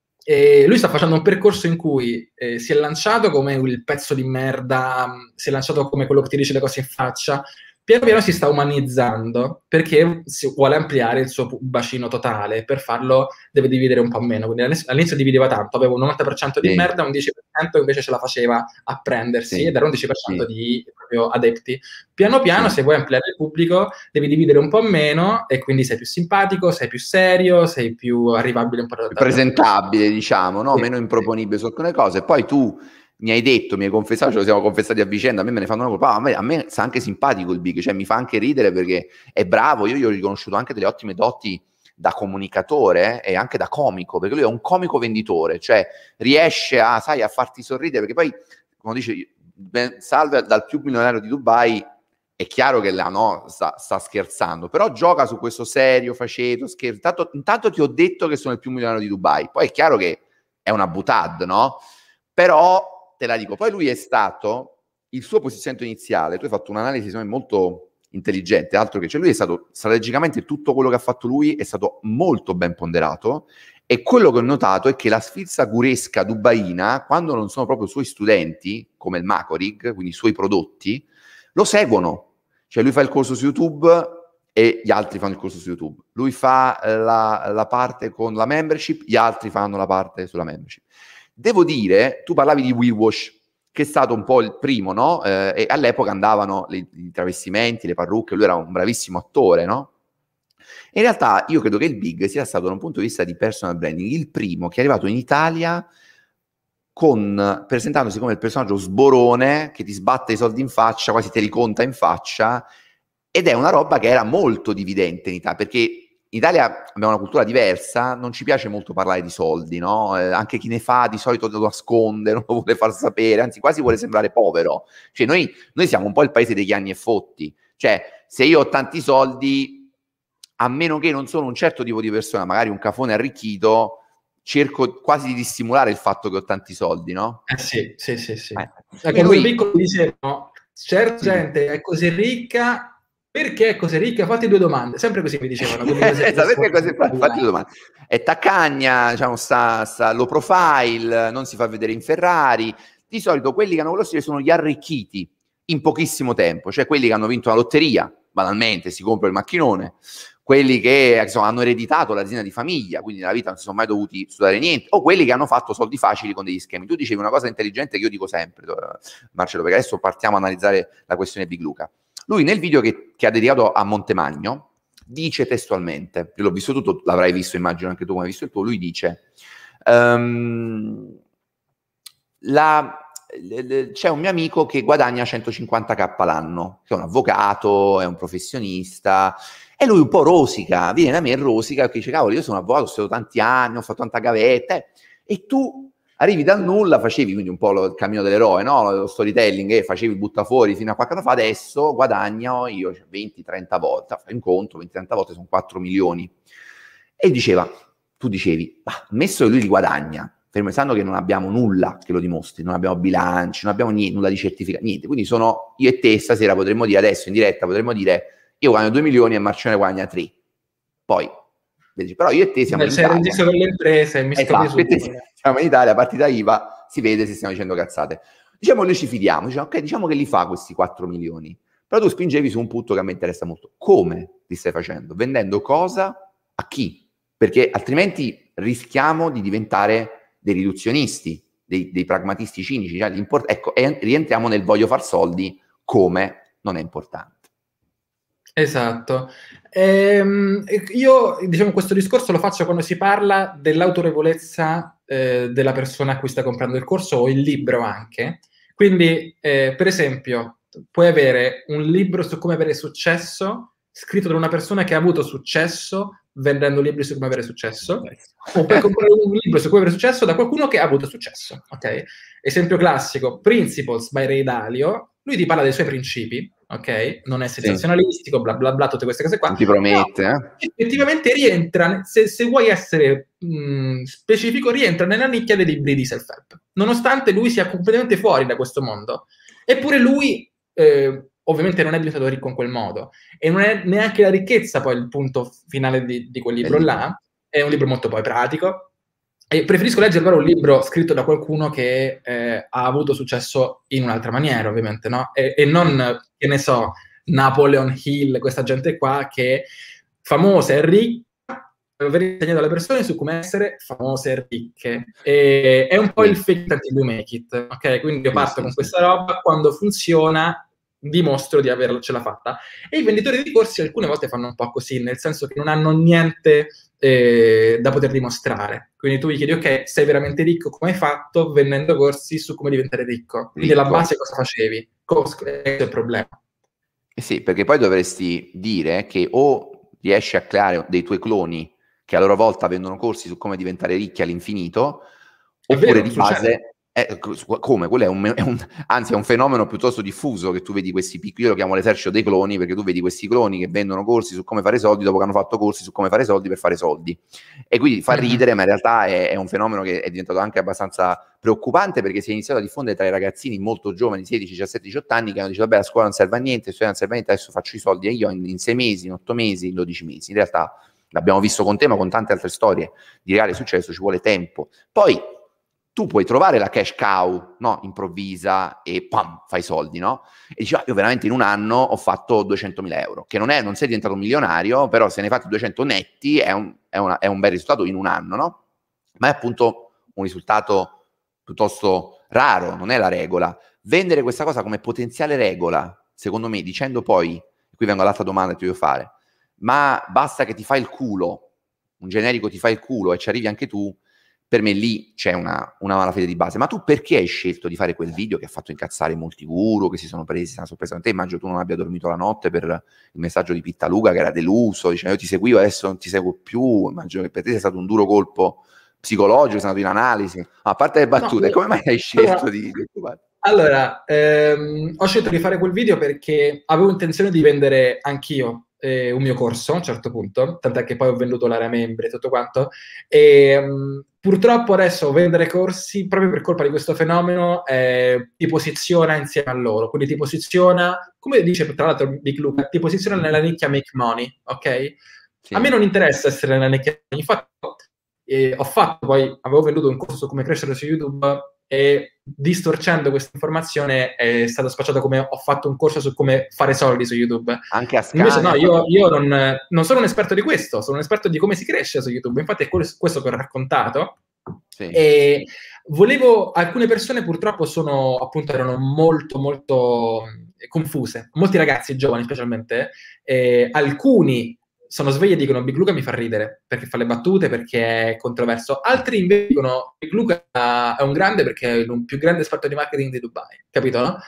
S2: lui sta facendo un percorso in cui si è lanciato come il pezzo di merda, si è lanciato come quello che ti dice le cose in faccia, piano piano si sta umanizzando, perché si vuole ampliare il suo bacino totale. Per farlo deve dividere un po' meno, quindi all'inizio divideva tanto, aveva un 90% di merda, un 10% invece ce la faceva a prendersi, ed era un 10% di proprio adepti. Piano piano, se vuoi ampliare il pubblico, devi dividere un po' meno, e quindi sei più simpatico, sei più serio, sei più arrivabile un po' da
S1: presentabile, diciamo, no? Meno improponibile su alcune cose. Poi tu mi hai confessato, ce lo siamo confessati a vicenda, a me ne fanno una colpa, a me sta anche simpatico il Big, cioè mi fa anche ridere perché è bravo. Io gli ho riconosciuto anche delle ottime doti da comunicatore e anche da comico, perché lui è un comico venditore, cioè riesce a farti sorridere, perché poi, come dice Salve dal più milionario di Dubai, è chiaro che sta scherzando, però gioca su questo serio, faceto, scherzo. Intanto ti ho detto che sono il più milionario di Dubai, poi è chiaro che è una boutade, no? Però te la dico, poi lui è stato, il suo posizionamento iniziale, tu hai fatto un'analisi secondo me molto intelligente, altro che, cioè lui è stato strategicamente, tutto quello che ha fatto lui è stato molto ben ponderato, e quello che ho notato è che la sfilza guresca dubaina, quando non sono proprio suoi studenti, come il Macorig, quindi i suoi prodotti, lo seguono. Cioè lui fa il corso su YouTube e gli altri fanno il corso su YouTube. Lui fa la parte con la membership, gli altri fanno la parte sulla membership. Devo dire, tu parlavi di WeWash, che è stato un po' il primo, no? E all'epoca andavano i travestimenti, le parrucche, lui era un bravissimo attore, no? In realtà io credo che il Big sia stato, da un punto di vista di personal branding, il primo che è arrivato in Italia presentandosi come il personaggio sborone che ti sbatte i soldi in faccia, quasi te li conta in faccia, ed è una roba che era molto dividente in Italia, perché in Italia abbiamo una cultura diversa, non ci piace molto parlare di soldi, no? Anche chi ne fa di solito lo nasconde, non lo vuole far sapere, anzi quasi vuole sembrare povero. Cioè noi siamo un po' il paese degli anni e fotti, cioè se io ho tanti soldi, a meno che non sono un certo tipo di persona, magari un cafone arricchito, cerco quasi di dissimulare il fatto che ho tanti soldi, no?
S2: Sì.
S1: E
S2: Quando ero piccolo dicevano, certa gente è così ricca, perché è così ricca? Fatti 2 domande, sempre così mi dicevano.
S1: Perché così, fatti 2 domande. È taccagna, diciamo, sta low profile, non si fa vedere in Ferrari. Di solito quelli che hanno quello stile sono gli arricchiti in pochissimo tempo, cioè quelli che hanno vinto la lotteria, banalmente, si compra il macchinone, quelli che insomma, hanno ereditato l'azienda di famiglia, quindi nella vita non si sono mai dovuti studiare niente, o quelli che hanno fatto soldi facili con degli schemi. Tu dicevi una cosa intelligente che io dico sempre, Marcello, perché adesso partiamo a analizzare la questione Big Luca. Lui nel video che ha dedicato a Montemagno dice testualmente, io l'ho visto tutto, l'avrai visto, immagino anche tu come hai visto il tuo, lui dice c'è un mio amico che guadagna 150.000 l'anno, che è un avvocato, è un professionista, e lui un po' rosica, viene da me e rosica, perché dice, cavolo, io sono avvocato, ho studiato tanti anni, ho fatto tanta gavetta, e tu arrivi dal nulla, facevi quindi un po' il cammino dell'eroe, no? Lo storytelling, facevi il buttafuori fino a qualche anno fa, adesso guadagno io 20-30 volte, fai un conto, 20-30 volte sono 4 milioni. E diceva, tu dicevi, ammesso che lui li guadagna, fermo restando che non abbiamo nulla che lo dimostri, non abbiamo bilanci, non abbiamo nulla di certificato, niente, quindi sono io e te stasera potremmo dire, adesso in diretta potremmo dire, io guadagno 2 milioni e Marcione guadagna 3, poi, però io e te siamo in Italia.
S2: Sei registrato con le imprese e mi scopri subito.
S1: Siamo in Italia, partita IVA, si vede se stiamo dicendo cazzate. Diciamo noi ci fidiamo, diciamo, ok, diciamo che li fa questi 4 milioni, però tu spingevi su un punto che a me interessa molto. Come li stai facendo? Vendendo cosa? A chi? Perché altrimenti rischiamo di diventare dei riduzionisti, dei pragmatisti cinici. Cioè ecco, e rientriamo nel voglio far soldi, come non è importante.
S2: Esatto. Io, diciamo, questo discorso lo faccio quando si parla dell'autorevolezza della persona a cui sta comprando il corso o il libro anche. Quindi, per esempio, puoi avere un libro su come avere successo scritto da una persona che ha avuto successo vendendo libri su come avere successo, o puoi comprare un libro su come avere successo da qualcuno che ha avuto successo. Ok? Esempio classico, Principles by Ray Dalio. Lui ti parla dei suoi principi, ok? Non è sensazionalistico, bla bla bla, tutte queste cose qua.
S1: Non ti promette,
S2: effettivamente rientra, se vuoi essere specifico, rientra nella nicchia dei libri di self-help, nonostante lui sia completamente fuori da questo mondo. Eppure lui, ovviamente non è diventato ricco in quel modo, e non è neanche la ricchezza poi il punto finale di quel libro là. È un libro molto poi pratico, e preferisco leggere però un libro scritto da qualcuno che ha avuto successo in un'altra maniera, ovviamente, no? E non, che ne so, Napoleon Hill, questa gente qua che famosa e ricca, per aver insegnato alle persone su come essere famose e ricche. E è un po' il fake it until you make it, ok? Quindi io parto con questa roba, quando funziona dimostro di avercela fatta. E i venditori di corsi alcune volte fanno un po' così, nel senso che non hanno niente da poter dimostrare. Quindi tu gli chiedi, ok, sei veramente ricco, come hai fatto vendendo corsi su come diventare ricco? Quindi la base cosa facevi? Questo è il problema.
S1: Sì, perché poi dovresti dire che o riesci a creare dei tuoi cloni che a loro volta vendono corsi su come diventare ricchi all'infinito, oppure di base... come? Quello anzi è un fenomeno piuttosto diffuso, che tu vedi questi piccoli, io lo chiamo l'esercito dei cloni, perché tu vedi questi cloni che vendono corsi su come fare soldi dopo che hanno fatto corsi su come fare soldi per fare soldi, e quindi fa ridere, ma in realtà è un fenomeno che è diventato anche abbastanza preoccupante, perché si è iniziato a diffondere tra i ragazzini molto giovani, 16, 17, 18 anni, che hanno detto vabbè, la scuola non serve a niente, non serve a niente, adesso faccio i soldi, e io in 6 mesi, in 8 mesi, in 12 mesi. In realtà l'abbiamo visto con te, ma con tante altre storie di reale successo ci vuole tempo. Poi tu puoi trovare la cash cow, no? Improvvisa e pam, fai soldi, no? E dici, io veramente in un anno ho fatto 200.000 euro, che non sei diventato un milionario, però se ne hai fatti 200 netti è un bel risultato in un anno, no? Ma è appunto un risultato piuttosto raro, non è la regola. Vendere questa cosa come potenziale regola, secondo me, dicendo poi, qui vengo all'altra domanda che ti voglio fare, ma basta che ti fai il culo, un generico ti fa il culo e ci arrivi anche tu, per me lì c'è una malafede di base. Ma tu perché hai scelto di fare quel video che ha fatto incazzare molti guru, che si sono presi una sorpresa con te? Immagino tu non abbia dormito la notte per il messaggio di Pittaluga che era deluso, diceva io ti seguivo, adesso non ti seguo più. Immagino che per te sia stato un duro colpo psicologico, sei andato in analisi. A parte le battute, come mai hai scelto di
S2: Allora, ho scelto di fare quel video perché avevo intenzione di vendere anch'io un mio corso a un certo punto, tant'è che poi ho venduto l'area membri e tutto quanto, e purtroppo adesso vendere corsi, proprio per colpa di questo fenomeno, ti posiziona insieme a loro, quindi ti posiziona, come dice tra l'altro Big Luca, ti posiziona nella nicchia make money, ok? Sì. A me non interessa essere nella nicchia, infatti avevo venduto un corso su come crescere su YouTube e distorcendo questa informazione è stato spacciato come ho fatto un corso su come fare soldi su YouTube.
S1: Anche a Scania.
S2: Invece no, io non sono un esperto di questo, sono un esperto di come si cresce su YouTube, infatti è questo che ho raccontato. Sì. E alcune persone purtroppo erano molto molto confuse, molti ragazzi giovani specialmente, alcuni sono svegli e dicono Big Luca mi fa ridere perché fa le battute, perché è controverso. Altri invece dicono Big Luca è un grande perché è il più grande esperto di marketing di Dubai, capito, no?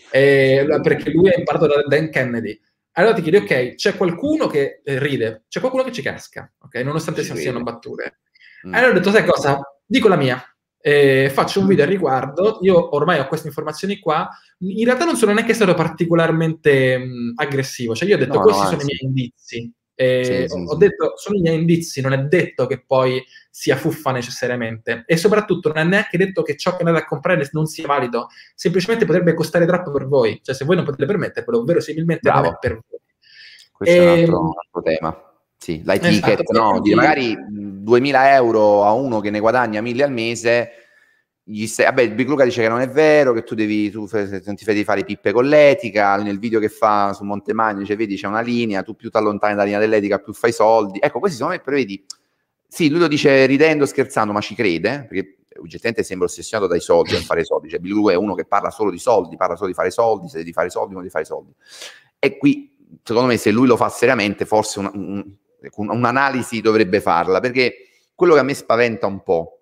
S2: Perché lui ha imparato da Dan Kennedy. Allora ti chiedi, ok, c'è qualcuno che ride, c'è qualcuno che ci casca, ok, nonostante siano battute. Allora ho detto, sai cosa? Dico la mia. Faccio un video al riguardo. Io ormai ho queste informazioni qua. In realtà non sono neanche stato particolarmente aggressivo, cioè io ho detto questi sono i miei indizi. Ho detto sono i miei indizi, non è detto che poi sia fuffa necessariamente, e soprattutto non è neanche detto che ciò che andate a comprare non sia valido, semplicemente potrebbe costare troppo per voi, cioè se voi non potete permettervelo, verosimilmente non è per voi.
S1: Questo è un altro tema. Sì, l'e-ticket, esatto, no? Dire magari 2.000 euro a uno che ne guadagna 1.000 al mese, vabbè, il Big Luca dice che non è vero, che tu non ti fai di fare pippe con l'etica. Nel video che fa su Montemagno dice, vedi c'è una linea, tu più ti allontani dalla linea dell'etica più fai soldi. Ecco, questi sono me, vedi, sì, lui lo dice ridendo, scherzando, ma ci crede, perché oggettivamente sembra ossessionato dai soldi, a fare soldi. Cioè Big Luca è uno che parla solo di soldi, parla solo di fare soldi, se di fare soldi, non di fare soldi. E qui, secondo me, se lui lo fa seriamente, forse un'analisi dovrebbe farla, perché quello che a me spaventa un po',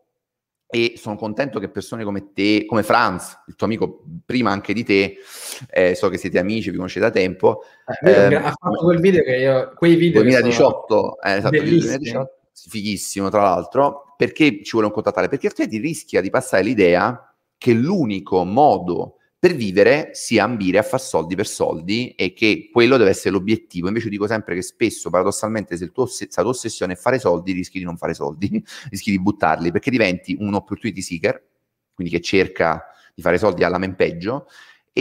S1: e sono contento che persone come te, come Franz, il tuo amico prima anche di te, so che siete amici, vi conoscete da tempo,
S2: ha fatto quel video che io, quei video
S1: 2018, esatto, 2018, fighissimo tra l'altro. Perché ci vuole un contattare? Perché altrimenti rischia di passare l'idea che l'unico modo per vivere sia ambire a far soldi per soldi e che quello deve essere l'obiettivo. Invece dico sempre che spesso, paradossalmente, se la tua ossessione è fare soldi, rischi di non fare soldi, rischi di buttarli, perché diventi un opportunity seeker, quindi che cerca di fare soldi alla men peggio,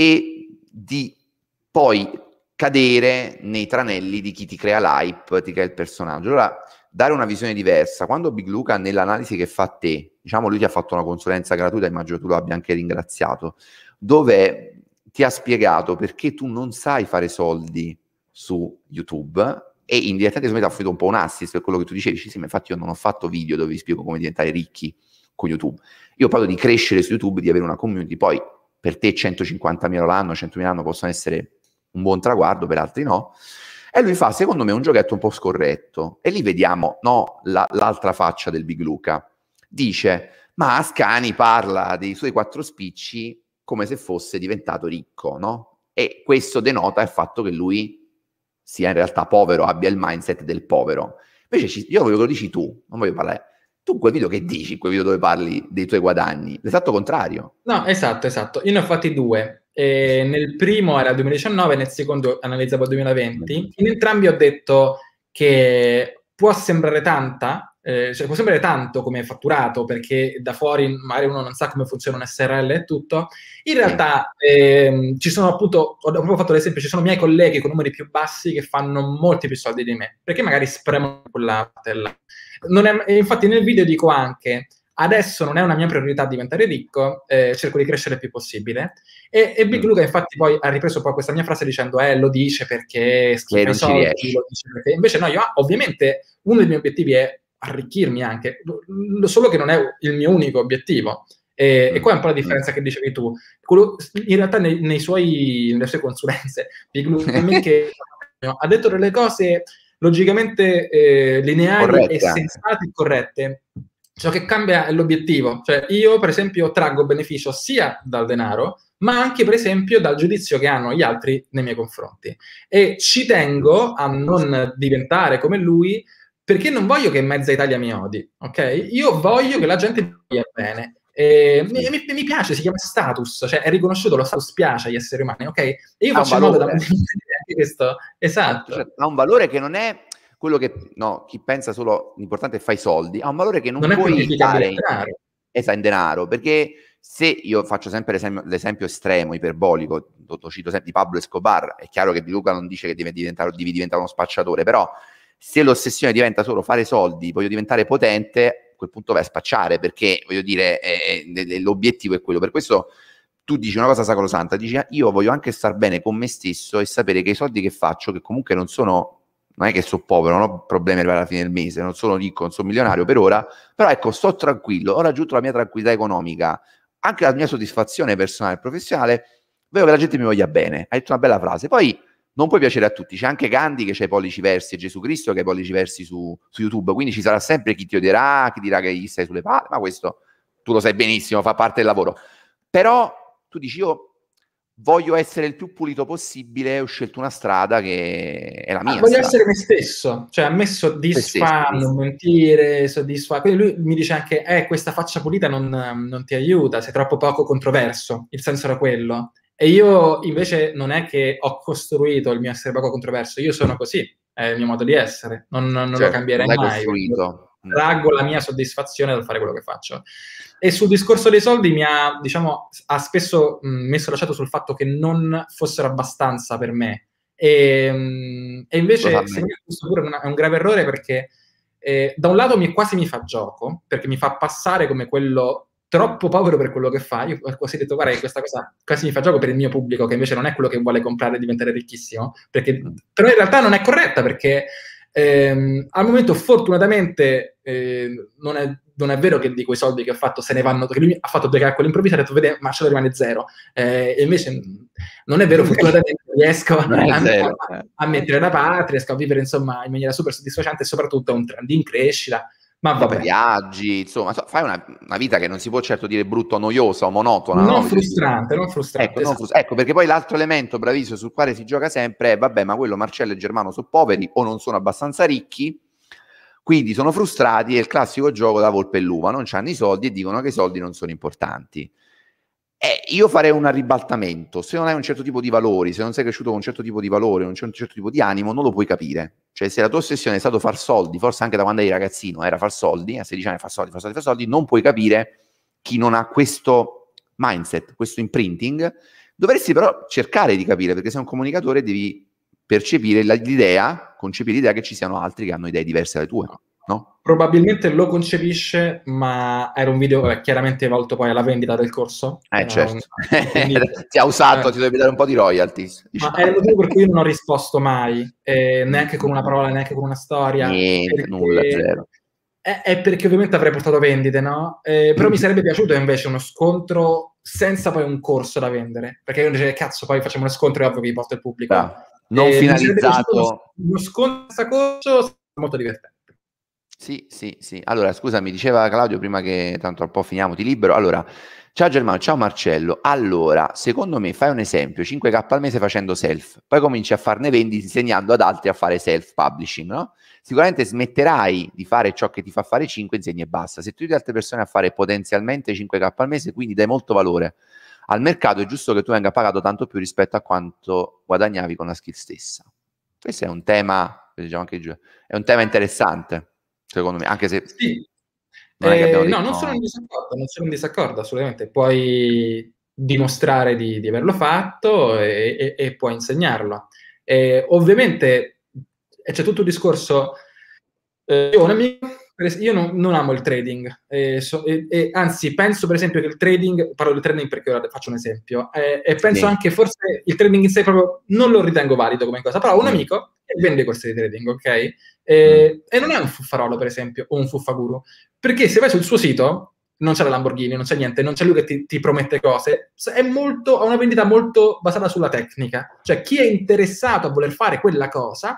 S1: e di poi cadere nei tranelli di chi ti crea l'hype, ti crea il personaggio. Allora, dare una visione diversa. Quando Big Luca, nell'analisi che fa a te, diciamo lui ti ha fatto una consulenza gratuita, immagino tu lo abbia anche ringraziato, dove ti ha spiegato perché tu non sai fare soldi su YouTube e indirettamente ti ha offerto un po' un assist per quello che tu dicevi. Sì, ma infatti io non ho fatto video dove vi spiego come diventare ricchi con YouTube. Io parlo di crescere su YouTube, di avere una community. Poi per te 150.000 l'anno, 100.000 l'anno possono essere un buon traguardo, per altri no. E lui fa, secondo me, un giochetto un po' scorretto. E lì vediamo, no, l'altra faccia del Big Luca. Dice, ma Ascani parla dei suoi 4 spicci come se fosse diventato ricco, no? E questo denota il fatto che lui sia in realtà povero, abbia il mindset del povero. Invece io voglio che lo dici tu, non voglio parlare. Tu quel video che dici, quel video dove parli dei tuoi guadagni, l'esatto contrario.
S2: No, esatto. Io ne ho fatti 2. Nel primo era il 2019, nel secondo analizzavo il 2020. In entrambi ho detto che può sembrare cioè può sembrare tanto come fatturato, perché da fuori magari uno non sa come funziona un SRL e tutto. In realtà ci sono appunto, ho proprio fatto l'esempio, ci sono miei colleghi con numeri più bassi che fanno molti più soldi di me, perché magari spremono quella tella. Infatti nel video dico anche, adesso non è una mia priorità diventare ricco, cerco di crescere il più possibile. E Big Luca infatti poi ha ripreso poi questa mia frase dicendo lo dice perché schifa i soldi, lo dice perché... Invece no, io ovviamente uno dei miei obiettivi è arricchirmi anche, solo che non è il mio unico obiettivo. E qua è un po' la differenza che dicevi tu. In realtà nelle sue consulenze Big Luca che ha detto delle cose logicamente lineari corrette, e sensate e corrette. ciò che cambia è l'obiettivo. Cioè io, per esempio, traggo beneficio sia dal denaro, ma anche, per esempio, dal giudizio che hanno gli altri nei miei confronti. E ci tengo a non diventare come lui, perché non voglio che mezza Italia mi odi, ok? Io voglio che la gente mi voglia bene. Mi piace, si chiama status, cioè è riconosciuto, lo status piace agli esseri umani, ok? E io faccio in modo da mantenere questo. Esatto.
S1: Cioè, ha un valore che non è quello che, no, chi pensa solo l'importante è fare i soldi, ha un valore che non puoi dare in denaro, perché se io faccio sempre l'esempio estremo, iperbolico, lo cito sempre di Pablo Escobar, è chiaro che Di Luca non dice che devi diventare uno spacciatore, però se l'ossessione diventa solo fare soldi, voglio diventare potente, a quel punto vai a spacciare, perché voglio dire, l'obiettivo è quello. Per questo tu dici una cosa sacrosanta, dici io voglio anche star bene con me stesso e sapere che i soldi che faccio, che comunque non è che sono povero, non ho problemi per la fine del mese, non sono ricco, non sono milionario per ora, però ecco, sto tranquillo, ho raggiunto la mia tranquillità economica, anche la mia soddisfazione personale e professionale, vedo che la gente mi voglia bene. Hai detto una bella frase. Poi non puoi piacere a tutti, c'è anche Gandhi che c'ha i pollici versi e Gesù Cristo che ha i pollici versi su YouTube, quindi ci sarà sempre chi ti odierà, chi dirà che gli stai sulle palle, ma questo tu lo sai benissimo, fa parte del lavoro. Però tu dici io voglio essere il più pulito possibile, ho scelto una strada che è la mia.
S2: Voglio essere me stesso, cioè a me soddisfa non mentire, soddisfa. Quindi lui mi dice anche, questa faccia pulita non ti aiuta, sei troppo poco controverso, il senso era quello. E io invece non è che ho costruito il mio essere poco controverso, io sono così, è il mio modo di essere, non lo cambierei mai. Traggo la mia soddisfazione dal fare quello che faccio. E sul discorso dei soldi mi ha, diciamo, ha spesso messo l'accento sul fatto che non fossero abbastanza per me. E invece, secondo me, questo pure è un grave errore, perché da un lato quasi mi fa gioco, perché mi fa passare come quello troppo povero per quello che fa. Io ho quasi detto, guarda, questa cosa quasi mi fa gioco per il mio pubblico, che invece non è quello che vuole comprare e diventare ricchissimo, perché però in realtà non è corretta, perché al momento fortunatamente non è vero che di quei soldi che ho fatto se ne vanno, perché lui ha fatto due calcoli improvvisi e ha detto, vede, Marcello rimane zero, e invece non è vero, fortunatamente riesco a mettere da parte, riesco a vivere insomma in maniera super soddisfacente e soprattutto un trend in crescita. Ma vabbè.
S1: Viaggi, insomma, fai una vita che non si può certo dire brutta o noiosa o monotona.
S2: Non frustrante.
S1: Ecco, perché poi l'altro elemento, bravissimo, sul quale si gioca sempre è, vabbè, ma quello Marcello e Germano sono poveri o non sono abbastanza ricchi, quindi sono frustrati, è il classico gioco da volpe e l'uva, non hanno i soldi e dicono che i soldi non sono importanti. Io farei un ribaltamento: se non hai un certo tipo di valori, se non sei cresciuto con un certo tipo di valore, un certo tipo di animo, non lo puoi capire. Cioè, se la tua ossessione è stato far soldi, forse anche da quando eri ragazzino era far soldi, a 16 anni far soldi, non puoi capire chi non ha questo mindset, questo imprinting. Dovresti però cercare di capire, perché sei un comunicatore, devi percepire concepire l'idea che ci siano altri che hanno idee diverse dalle tue. No?
S2: Probabilmente lo concepisce, ma era un video chiaramente volto poi alla vendita del corso.
S1: Certo. Ti ha usato, ti devi dare un po' di royalties.
S2: Diciamo. Ma è il motivo per cui io non ho risposto mai, neanche con una parola, neanche con una storia.
S1: Niente, nulla, zero.
S2: È perché ovviamente avrei portato vendite, no? Però mi sarebbe piaciuto invece uno scontro senza poi un corso da vendere, perché io dicevo, cazzo, poi facciamo uno scontro e ovvio che porto il pubblico.
S1: Non finalizzato.
S2: Uno scontro senza corso, molto divertente.
S1: Sì. Allora, scusami, diceva Claudio prima che tanto un po' finiamo, ti libero. Allora, ciao Germano, ciao Marcello. Allora, secondo me fai un esempio, 5k al mese facendo self, poi cominci a farne vendite insegnando ad altri a fare self-publishing, no? Sicuramente smetterai di fare ciò che ti fa fare 5, insegni e basta. Se tu aiuti altre persone a fare potenzialmente 5k al mese, quindi dai molto valore al mercato, è giusto che tu venga pagato tanto più rispetto a quanto guadagnavi con la skill stessa. Questo è un tema, diciamo anche è un tema interessante, secondo me, anche se
S2: sì. Non sono in disaccordo, assolutamente. Puoi dimostrare di averlo fatto e puoi insegnarlo. Ovviamente c'è tutto il discorso. Io ho un amico, io non amo il trading, anzi penso per esempio che il trading, parlo del trading perché ora faccio un esempio, e penso anche forse il trading in sé proprio non lo ritengo valido come cosa, però ho un amico che vende corsi di trading, ok? E non è un fuffarolo, per esempio, o un fuffaguru, perché se vai sul suo sito non c'è la Lamborghini, non c'è niente, non c'è lui che ti promette cose, ha una vendita molto basata sulla tecnica, cioè chi è interessato a voler fare quella cosa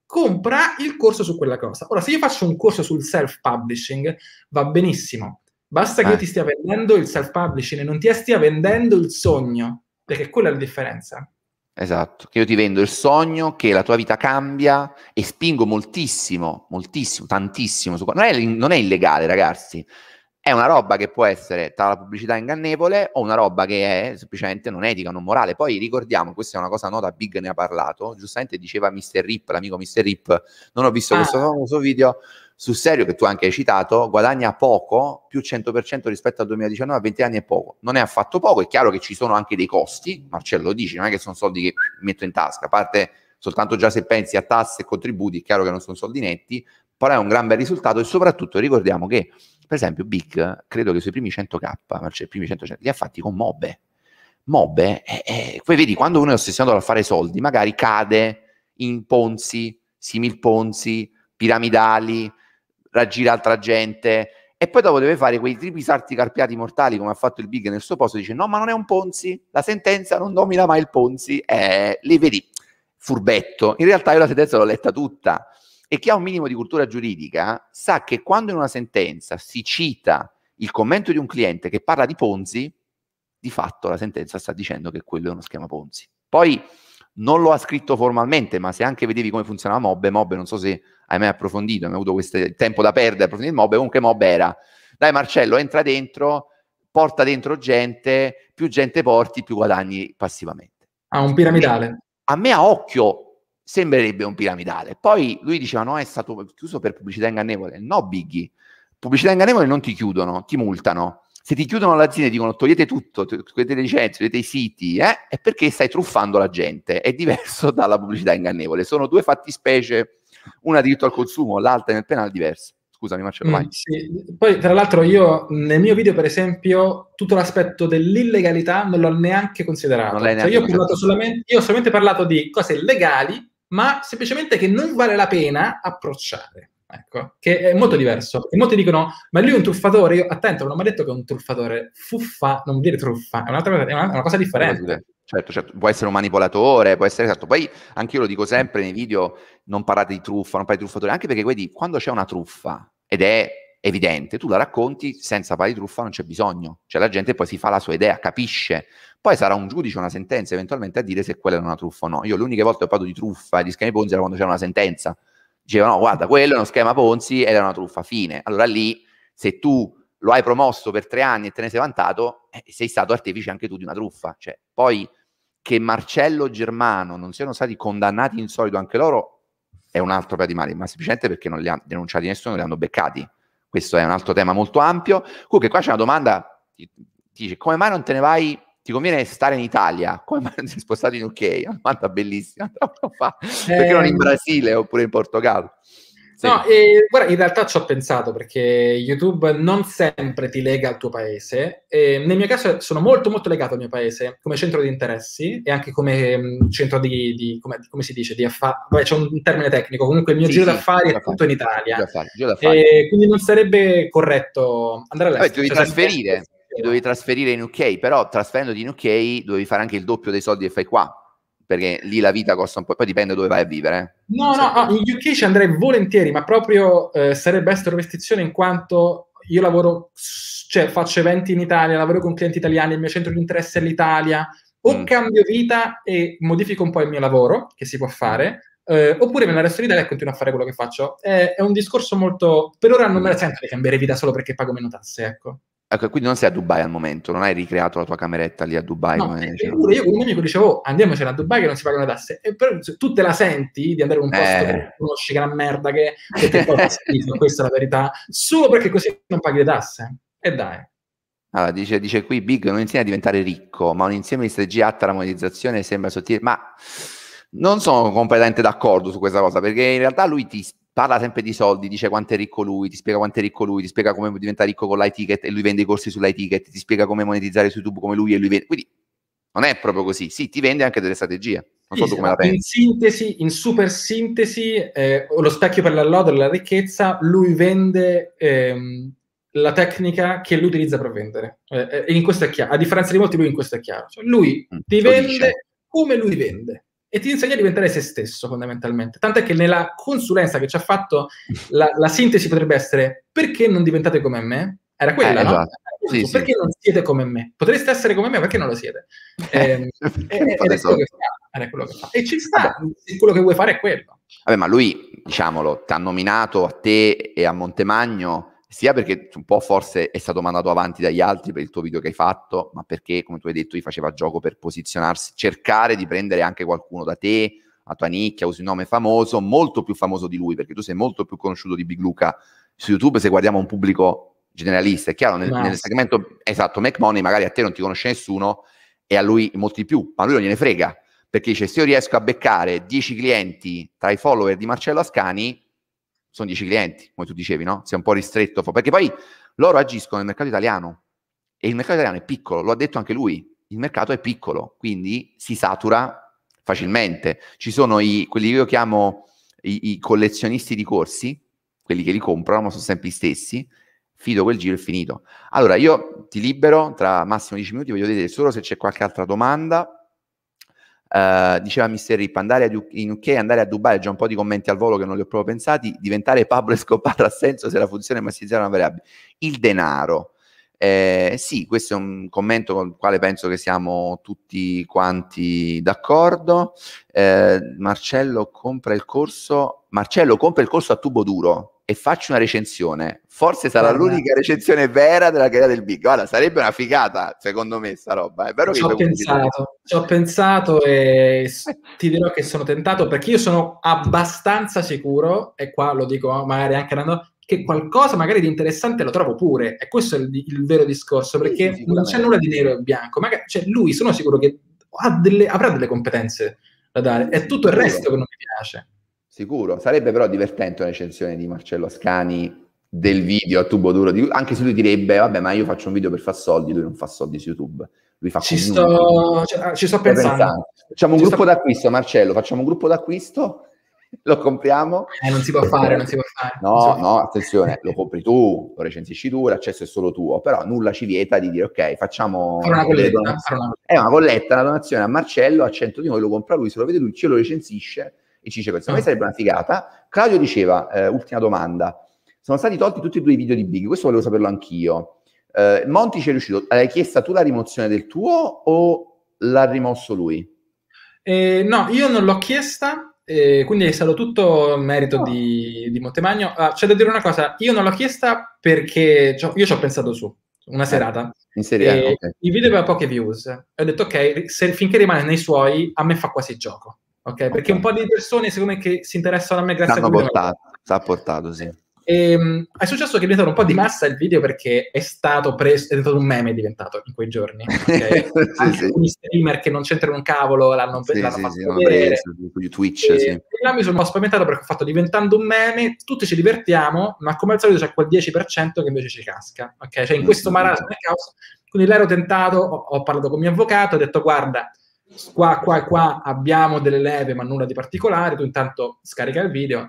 S2: compra il corso su quella cosa. Ora, se io faccio un corso sul self-publishing, va benissimo. Basta che io ti stia vendendo il self-publishing e non ti stia vendendo il sogno, perché quella è la differenza.
S1: Esatto, che io ti vendo il sogno che la tua vita cambia e spingo moltissimo, moltissimo, tantissimo. Non è illegale, ragazzi. È una roba che può essere tra la pubblicità ingannevole o una roba che è semplicemente non etica, non morale. Poi ricordiamo, questa è una cosa nota, Big ne ha parlato, giustamente diceva Mr. Rip, l'amico Mr. Rip, non ho visto questo famoso video, sul serio che tu anche hai citato, guadagna poco, più 100% rispetto al 2019, a 20 anni è poco. Non è affatto poco, è chiaro che ci sono anche dei costi, Marcello lo dici, non è che sono soldi che metto in tasca, a parte soltanto già se pensi a tasse e contributi, è chiaro che non sono soldi netti, però è un gran bel risultato e soprattutto ricordiamo che per esempio Big, credo che i suoi primi 100k, cioè i primi 100 li ha fatti con Mobbe. Mobbe, poi vedi, quando uno è ossessionato a fare soldi, magari cade in Ponzi, simil Ponzi, piramidali, raggira altra gente, e poi dopo deve fare quei tripli salti carpiati mortali come ha fatto il Big nel suo posto, dice no, ma non è un Ponzi, la sentenza non nomina mai il Ponzi, lì vedi, furbetto, in realtà io la sentenza l'ho letta tutta, e chi ha un minimo di cultura giuridica sa che quando in una sentenza si cita il commento di un cliente che parla di Ponzi, di fatto la sentenza sta dicendo che quello è uno schema Ponzi. Poi non lo ha scritto formalmente, ma se anche vedevi come funzionava Mobbe, non so se hai mai approfondito, hai mai avuto questo tempo da perdere, approfondire Mobbe, comunque Mobbe era, dai Marcello, entra dentro, porta dentro gente, più gente porti, più guadagni passivamente.
S2: Un piramidale.
S1: A me a occhio sembrerebbe un piramidale. Poi lui diceva no, è stato chiuso per pubblicità ingannevole. No, Biggie, pubblicità ingannevole non ti chiudono, ti multano. Se ti chiudono l'azienda e dicono togliete tutto, togliete le licenze, togliete i siti, è perché stai truffando la gente. È diverso dalla pubblicità ingannevole. Sono due fattispecie, una diritto al consumo, l'altra nel penale diverse. Scusami Marcello, vai.
S2: Sì. Poi tra l'altro io nel mio video per esempio tutto l'aspetto dell'illegalità non l'ho neanche considerato. Io ho solamente parlato di cose legali, ma semplicemente che non vale la pena approcciare. Ecco, che è molto diverso. E molti dicono, ma lui è un truffatore? Io, attento, non ho mai detto che è un truffatore. Fuffa non vuol dire truffa, è una cosa differente.
S1: Certo, può essere un manipolatore, può essere, certo. Poi anche io lo dico sempre nei video, non parlate di truffa, non parlate di truffatore, anche perché vedi, quando c'è una truffa ed è evidente, tu la racconti senza parlare di truffa, non c'è bisogno, cioè la gente poi si fa la sua idea, capisce, poi sarà un giudice, una sentenza eventualmente a dire se quella è una truffa o no. Io l'unica volta che ho parlato di truffa e di schemi Ponzi era quando c'era una sentenza, dicevano no, guarda, quello è uno schema Ponzi ed è una truffa, fine. Allora lì, se tu lo hai promosso per 3 anni e te ne sei vantato, sei stato artefice anche tu di una truffa, cioè poi che Marcello Germano non siano stati condannati in solido anche loro è un altro paio di mani, ma semplicemente perché non li ha denunciati nessuno, li hanno beccati. Questo è un altro tema molto ampio. Comunque qua c'è una domanda, ti dice come mai non te ne vai, ti conviene stare in Italia, come mai non sei spostato in UK? Una domanda bellissima, perché non in Brasile oppure in Portogallo?
S2: Sì. No, guarda, in realtà ci ho pensato perché YouTube non sempre ti lega al tuo paese. Nel mio caso sono molto molto legato al mio paese come centro di interessi e anche come centro di come si dice, di affari. C'è un termine tecnico, comunque il mio giro d'affari è tutto in Italia. Giro d'affari. Quindi non sarebbe corretto andare all'estero.
S1: Ti dovevi trasferire in UK, però trasferendoti in UK dovevi fare anche il doppio dei soldi che fai qua, perché lì la vita costa un po', poi dipende dove vai a vivere.
S2: No, in UK ci andrei volentieri, ma proprio sarebbe estero restrizione in quanto io lavoro, cioè faccio eventi in Italia, lavoro con clienti italiani, il mio centro di interesse è l'Italia, o cambio vita e modifico un po' il mio lavoro, che si può fare, oppure me ne resto in Italia e continuo a fare quello che faccio. È un discorso molto... Per ora non me la sento di cambiare vita solo perché pago meno tasse, ecco.
S1: Ecco, quindi non sei a Dubai al momento, non hai ricreato la tua cameretta lì a Dubai?
S2: No, eppure io con un amico dicevo, andiamocene a Dubai che non si pagano le tasse, e però tu te la senti di andare in un posto che conosci, che è una merda, che ti porta schifo, questa è la verità, solo perché così non paghi le tasse, e dai.
S1: Allora, dice qui, Big non insegna a diventare ricco, ma un insieme di strategie atte alla monetizzazione sembra sottile, ma non sono completamente d'accordo su questa cosa, perché in realtà lui ti parla sempre di soldi, dice quanto è ricco lui, ti spiega quanto è ricco lui, ti spiega come diventare ricco con l'iTicket e lui vende i corsi sull'iTicket, ti spiega come monetizzare su YouTube come lui e lui vende. Quindi non è proprio così. Sì, ti vende anche delle strategie. Non so tu come la pensi.
S2: In sintesi, in super sintesi, lo specchio per l'allodo della ricchezza, lui vende la tecnica che lui utilizza per vendere. E in questo è chiaro. A differenza di molti, lui in questo è chiaro. Cioè, lui ti vende come lui vende. e ti insegna a diventare se stesso fondamentalmente. Tant'è che nella consulenza che ci ha fatto la sintesi potrebbe essere: perché non diventate come me? Era quella, no?
S1: Esatto. Sì,
S2: Perché non siete come me? Potreste essere come me, perché non lo siete? Ed è quello che fa. E ci sta, quello che vuoi fare è quello.
S1: Vabbè, ma lui, diciamolo, ti ha nominato a te e a Montemagno sia perché un po' forse è stato mandato avanti dagli altri per il tuo video che hai fatto, ma perché, come tu hai detto, gli faceva gioco per posizionarsi, cercare di prendere anche qualcuno da te, la tua nicchia, usi un nome famoso, molto più famoso di lui, perché tu sei molto più conosciuto di Big Luca su YouTube se guardiamo un pubblico generalista. È chiaro, nel segmento, esatto, Make Money, magari a te non ti conosce nessuno e a lui molti di più, ma lui non gliene frega, perché dice: se io riesco a beccare 10 clienti tra i follower di Marcello Ascani, sono 10 clienti, come tu dicevi, no? Si è un po' ristretto, perché poi loro agiscono nel mercato italiano e il mercato italiano è piccolo, lo ha detto anche lui, il mercato è piccolo, quindi si satura facilmente. Ci sono quelli che io chiamo i collezionisti di corsi, quelli che li comprano, ma sono sempre gli stessi. Fido quel giro è finito. Allora, io ti libero tra massimo 10 minuti, voglio vedere solo se c'è qualche altra domanda. Diceva Mr. Rip, andare in UK, andare a Dubai, già un po' di commenti al volo che non li ho proprio pensati. Diventare Pablo Escobar ha senso se la funzione è massizzare una variabile. Il denaro, sì, questo è un commento con il quale penso che siamo tutti quanti d'accordo. Marcello compra il corso a tubo duro e faccio una recensione, forse sarà l'unica recensione vera della carriera del Big. Guarda, sarebbe una figata secondo me sta roba, è vero che
S2: ci ho pensato e ti dirò che sono tentato, perché io sono abbastanza sicuro, e qua lo dico magari anche andando, che qualcosa magari di interessante lo trovo pure, e questo è il vero discorso, perché non c'è nulla di nero e bianco, magari, cioè, lui sono sicuro che avrà delle competenze da dare, è tutto il resto che non mi piace.
S1: Sicuro, sarebbe però divertente una recensione di Marcello Ascani del video a tubo duro, anche se lui direbbe: vabbè, ma io faccio un video per far soldi, lui non fa soldi su YouTube, lui fa
S2: ci sto pensando.
S1: Facciamo un gruppo d'acquisto, Marcello, facciamo un gruppo d'acquisto, lo compriamo.
S2: Non si può fare.
S1: No, attenzione, lo compri tu, lo recensisci tu, l'accesso è solo tuo, però nulla ci vieta di dire: ok, facciamo
S2: una colletta,
S1: è una colletta, una donazione a Marcello, a 100 di noi, lo compra lui, se lo vede lui, ce lo recensisce e ci dice questo. A me sarebbe una figata. Claudio diceva, ultima domanda, sono stati tolti tutti e due i video di Big, questo volevo saperlo anch'io. Monti ci è riuscito, l'hai chiesta tu la rimozione del tuo o l'ha rimosso lui?
S2: No, io non l'ho chiesta, quindi è stato tutto merito di Montemagno. C'è da dire una cosa, io non l'ho chiesta perché io ci ho pensato su una serata.
S1: In serie, okay.
S2: Il video aveva poche views e ho detto: ok, finché rimane nei suoi, a me fa quasi gioco. Ok, perché un po' di persone secondo me che si interessano a me grazie a video
S1: s'ha portato, sì.
S2: È successo che è diventato un po' di massa il video perché è stato preso, è diventato un meme, è diventato in quei giorni. Okay? Anche alcuni streamer che non c'entrano un cavolo l'hanno fatto vedere.
S1: Su Twitch,
S2: e là mi sono un po' spaventato perché ho fatto: diventando un meme, tutti ci divertiamo, ma come al solito c'è quel 10% che invece ci casca. Okay? Cioè in questo marasma è caos. Quindi l'ero tentato, ho parlato con il mio avvocato, ho detto: guarda, qua abbiamo delle leve ma nulla di particolare, tu intanto scarica il video.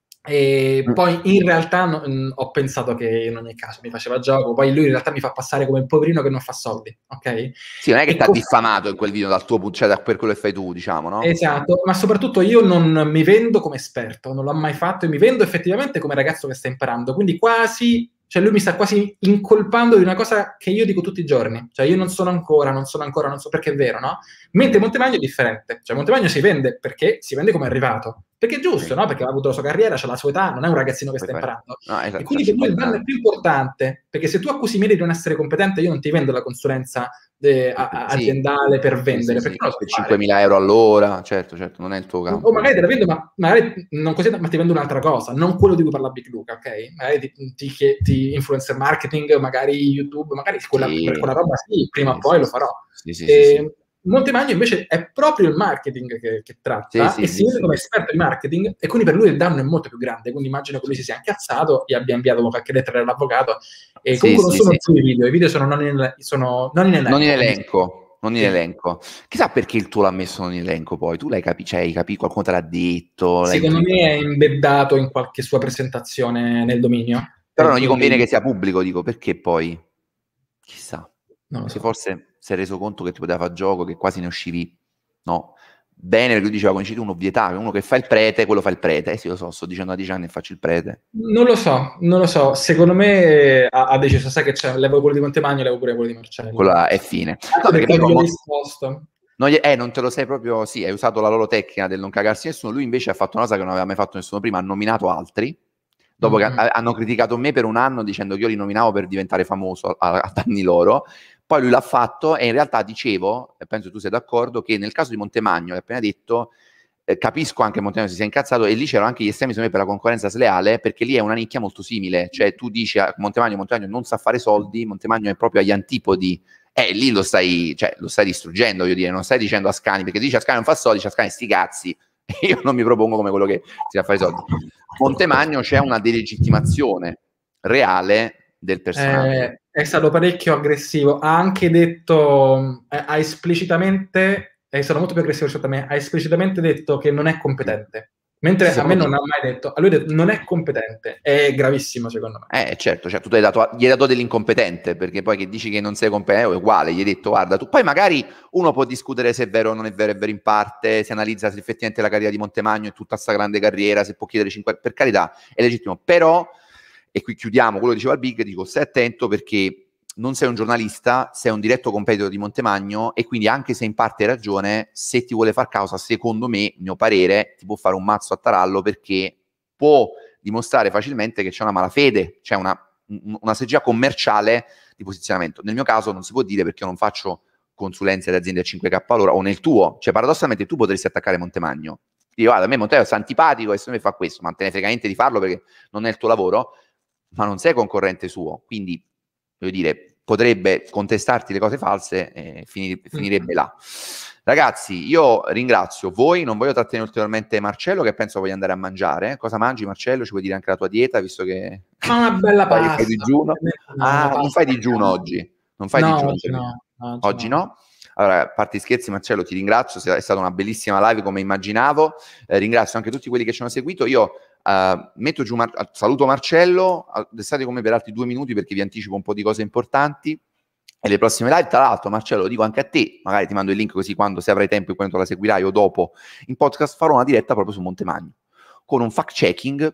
S2: E poi in realtà ho pensato che in ogni caso mi faceva gioco, poi lui in realtà mi fa passare come il poverino che non fa soldi, ok?
S1: Sì, non è che ti ha diffamato in quel video dal tuo punto, cioè per quello che fai tu, diciamo, no?
S2: Esatto, ma soprattutto io non mi vendo come esperto, non l'ho mai fatto e mi vendo effettivamente come ragazzo che sta imparando, quindi quasi, cioè lui mi sta quasi incolpando di una cosa che io dico tutti i giorni, cioè io non so perché è vero, no? Mentre Montemagno è differente, cioè Montemagno si vende perché si vende come è arrivato, perché è giusto, no? Perché ha avuto la sua carriera, c'ha la sua età, non è un ragazzino che sta imparando.
S1: No, esatto,
S2: e quindi per lui il danno è più importante, perché se tu accusi me di non essere competente, io non ti vendo la consulenza aziendale per vendere, perché non lo so
S1: per 5.000 euro all'ora, certo, non è il tuo campo.
S2: O magari te la vendo, ma magari non così, ma ti vendo un'altra cosa, non quello di cui parla Big Luca, ok? Magari ti influencer marketing, magari YouTube, magari per quella roba prima o poi lo farò. Montemagno invece è proprio il marketing che tratta e si vede come esperto di marketing, e quindi per lui il danno è molto più grande, quindi immagino che lui si sia incazzato e abbia inviato qualche lettera all'avvocato. E comunque non sono solo i video sono non in elenco.
S1: Non in elenco. Chissà perché il tuo l'ha messo non in elenco poi. Tu l'hai capito, cioè, hai capito, qualcuno te l'ha detto?
S2: Secondo me è embeddato in qualche sua presentazione nel dominio.
S1: Però non gli conviene che sia pubblico, dico, perché poi? Chissà.
S2: Non lo so.
S1: Forse si è reso conto che ti poteva fare gioco, che quasi ne uscivi, no? bene, perché lui diceva, come dici tu, un'ovvietà, uno che fa il prete, quello fa il prete. Sì, lo so, sto dicendo da 10 anni e faccio il prete.
S2: Non lo so, secondo me ha deciso, sai che c'è, levo quello di Montemagno e levo pure quello di Marcello.
S1: Quello è fine.
S2: Anche perché non gliel'ho risposto.
S1: Non te lo sei proprio, sì, hai usato la loro tecnica del non cagarsi nessuno, lui invece ha fatto una cosa che non aveva mai fatto nessuno prima, ha nominato altri, dopo che hanno criticato me per un anno dicendo che io li nominavo per diventare famoso a danni loro, poi lui l'ha fatto e in realtà dicevo, e penso tu sia d'accordo, che nel caso di Montemagno, che appena detto, capisco anche Montemagno si sia incazzato e lì c'erano anche gli estremi secondo me per la concorrenza sleale, perché lì è una nicchia molto simile, cioè tu dici a Montemagno non sa fare soldi, Montemagno è proprio agli antipodi. Lì lo stai distruggendo, voglio dire, non stai dicendo a Ascani, perché dici Ascani non fa soldi, dice Ascani sti cazzi, io non mi propongo come quello che si fa fare i soldi. Montemagno c'è una delegittimazione reale del personaggio.
S2: È stato parecchio aggressivo, ha anche detto, ha esplicitamente, è stato molto più aggressivo rispetto a me, ha esplicitamente detto che non è competente. Mentre a me non ha mai detto, a lui ha detto non è competente, è gravissimo secondo me.
S1: Certo, cioè, tu gli hai dato dell'incompetente, perché poi che dici che non sei competente è uguale, gli hai detto guarda, tu poi magari uno può discutere se è vero o non è vero, in parte, si analizza se effettivamente la carriera di Montemagno è tutta sta grande carriera, se può chiedere 5, per carità, è legittimo, però, e qui chiudiamo quello che diceva il Big, dico stai attento perché non sei un giornalista, sei un diretto competitor di Montemagno e quindi anche se in parte hai ragione, se ti vuole far causa, secondo me, mio parere, ti può fare un mazzo a tarallo perché può dimostrare facilmente che c'è una malafede, c'è una strategia commerciale di posizionamento. Nel mio caso non si può dire perché io non faccio consulenze ad aziende a 5K all'ora, o nel tuo, cioè paradossalmente tu potresti attaccare Montemagno. Io guarda, a me Montemagno è antipatico e se me fa questo, ma te ne frega niente di farlo perché non è il tuo lavoro, ma non sei concorrente suo, quindi voglio dire, potrebbe contestarti le cose false e finirebbe là. Ragazzi, io ringrazio voi, non voglio trattenere ulteriormente Marcello che penso voglia andare a mangiare. Cosa mangi Marcello? Ci puoi dire anche la tua dieta, visto che
S2: Ma una bella
S1: fai
S2: pasta.
S1: digiuno? Non fai digiuno oggi? Non fai digiuno? Oggi no? Allora, a parte gli scherzi, Marcello, ti ringrazio, è stata una bellissima live come immaginavo, ringrazio anche tutti quelli che ci hanno seguito, io metto giù, saluto Marcello, restate con me per altri 2 minuti perché vi anticipo un po' di cose importanti e le prossime live, tra l'altro Marcello lo dico anche a te, magari ti mando il link così quando se avrai tempo e quando la seguirai o dopo in podcast farò una diretta proprio su Montemagno con un fact checking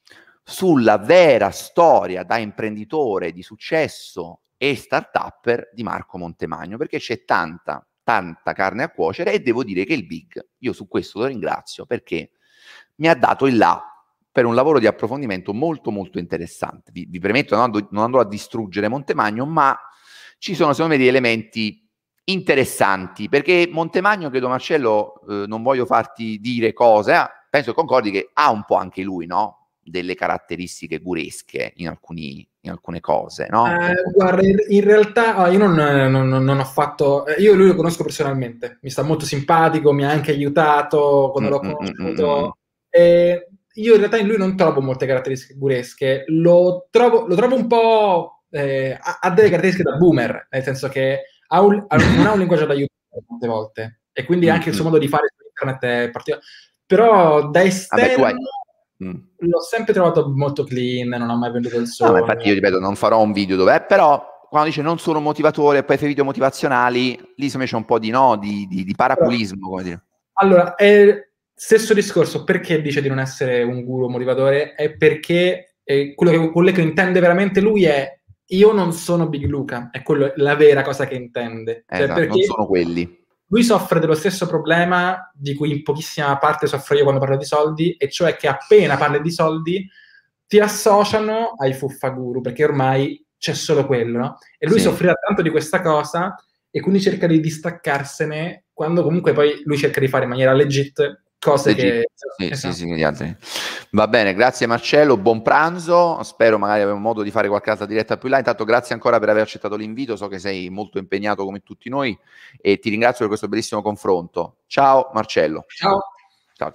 S1: sulla vera storia da imprenditore di successo e start-upper di Marco Montemagno, perché c'è tanta carne a cuocere e devo dire che il Big, io su questo lo ringrazio perché mi ha dato il là per un lavoro di approfondimento molto molto interessante. Vi premetto, non andrò a distruggere Montemagno, ma ci sono secondo me degli elementi interessanti, perché Montemagno, credo Marcello, non voglio farti dire cose, penso che concordi che ha un po' anche lui, no? Delle caratteristiche guresche in alcune cose, no?
S2: Guarda, in realtà io non ho fatto, io lui lo conosco personalmente, mi sta molto simpatico, mi ha anche aiutato quando l'ho conosciuto. Io in realtà in lui non trovo molte caratteristiche guresche, lo trovo un po', ha delle caratteristiche da boomer, nel senso che non ha un linguaggio da YouTube molte volte, e quindi anche il suo modo di fare su internet è particolare, però da esterno l'ho sempre trovato molto clean, non ho mai venduto il sogno.
S1: No, ma infatti io ripeto, non farò un video dove però quando dice non sono motivatore e poi fai video motivazionali, lì secondo me c'è un po' di paraculismo, come dire.
S2: Allora, stesso discorso, perché dice di non essere un guru motivatore? È perché quello che intende veramente lui è io non sono Big Luca, è quello la vera cosa che intende.
S1: Esatto, non sono quelli.
S2: Lui soffre dello stesso problema di cui in pochissima parte soffro io quando parlo di soldi, e cioè che appena parli di soldi ti associano ai fuffaguru, perché ormai c'è solo quello, no? E lui soffrirà tanto di questa cosa e quindi cerca di distaccarsene quando comunque poi lui cerca di fare in maniera legit cose che...
S1: Sì, gli altri. Va bene, grazie Marcello, buon pranzo, spero magari avremo modo di fare qualche altra diretta più là. Intanto grazie ancora per aver accettato l'invito, so che sei molto impegnato come tutti noi e ti ringrazio per questo bellissimo confronto. Ciao Marcello.
S2: Ciao.
S1: Ciao.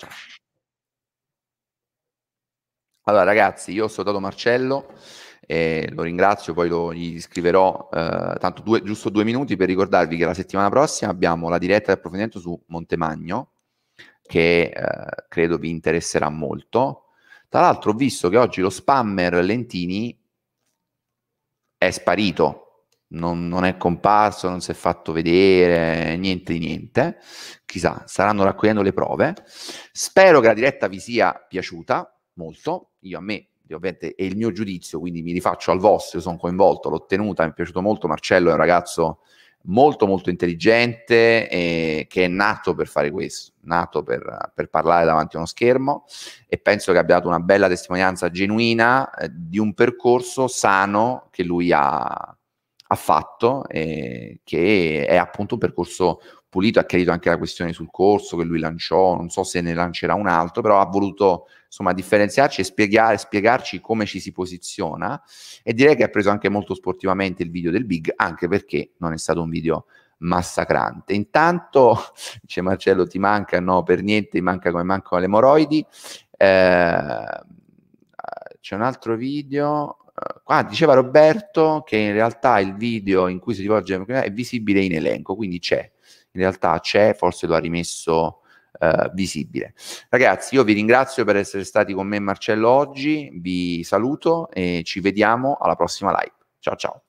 S1: Allora ragazzi, io ho salutato Marcello, lo ringrazio, poi gli scriverò tanto giusto 2 minuti per ricordarvi che la settimana prossima abbiamo la diretta di approfondimento su Montemagno, che credo vi interesserà molto. Tra l'altro ho visto che oggi lo spammer Lentini è sparito, non è comparso, non si è fatto vedere, niente di niente. Chissà, staranno raccogliendo le prove. Spero che la diretta vi sia piaciuta molto. A me ovviamente è il mio giudizio, quindi mi rifaccio al vostro, io sono coinvolto, l'ho tenuta, mi è piaciuto molto. Marcello è un ragazzo molto molto intelligente e che è nato per fare questo, nato per parlare davanti a uno schermo, e penso che abbia dato una bella testimonianza genuina di un percorso sano che lui ha fatto, che è appunto un percorso pulito. Ha chiarito anche la questione sul corso che lui lanciò, non so se ne lancerà un altro, però ha voluto insomma differenziarci e spiegarci come ci si posiziona, e direi che ha preso anche molto sportivamente il video del Big, anche perché non è stato un video massacrante. Intanto dice Marcello, ti manca? No, per niente, mi manca come mancano le emorroidi. C'è un altro video. Qua diceva Roberto che in realtà il video in cui si rivolge è visibile in elenco, quindi c'è, in realtà c'è, forse lo ha rimesso visibile. Ragazzi, io vi ringrazio per essere stati con me e Marcello oggi, vi saluto e ci vediamo alla prossima live. Ciao ciao.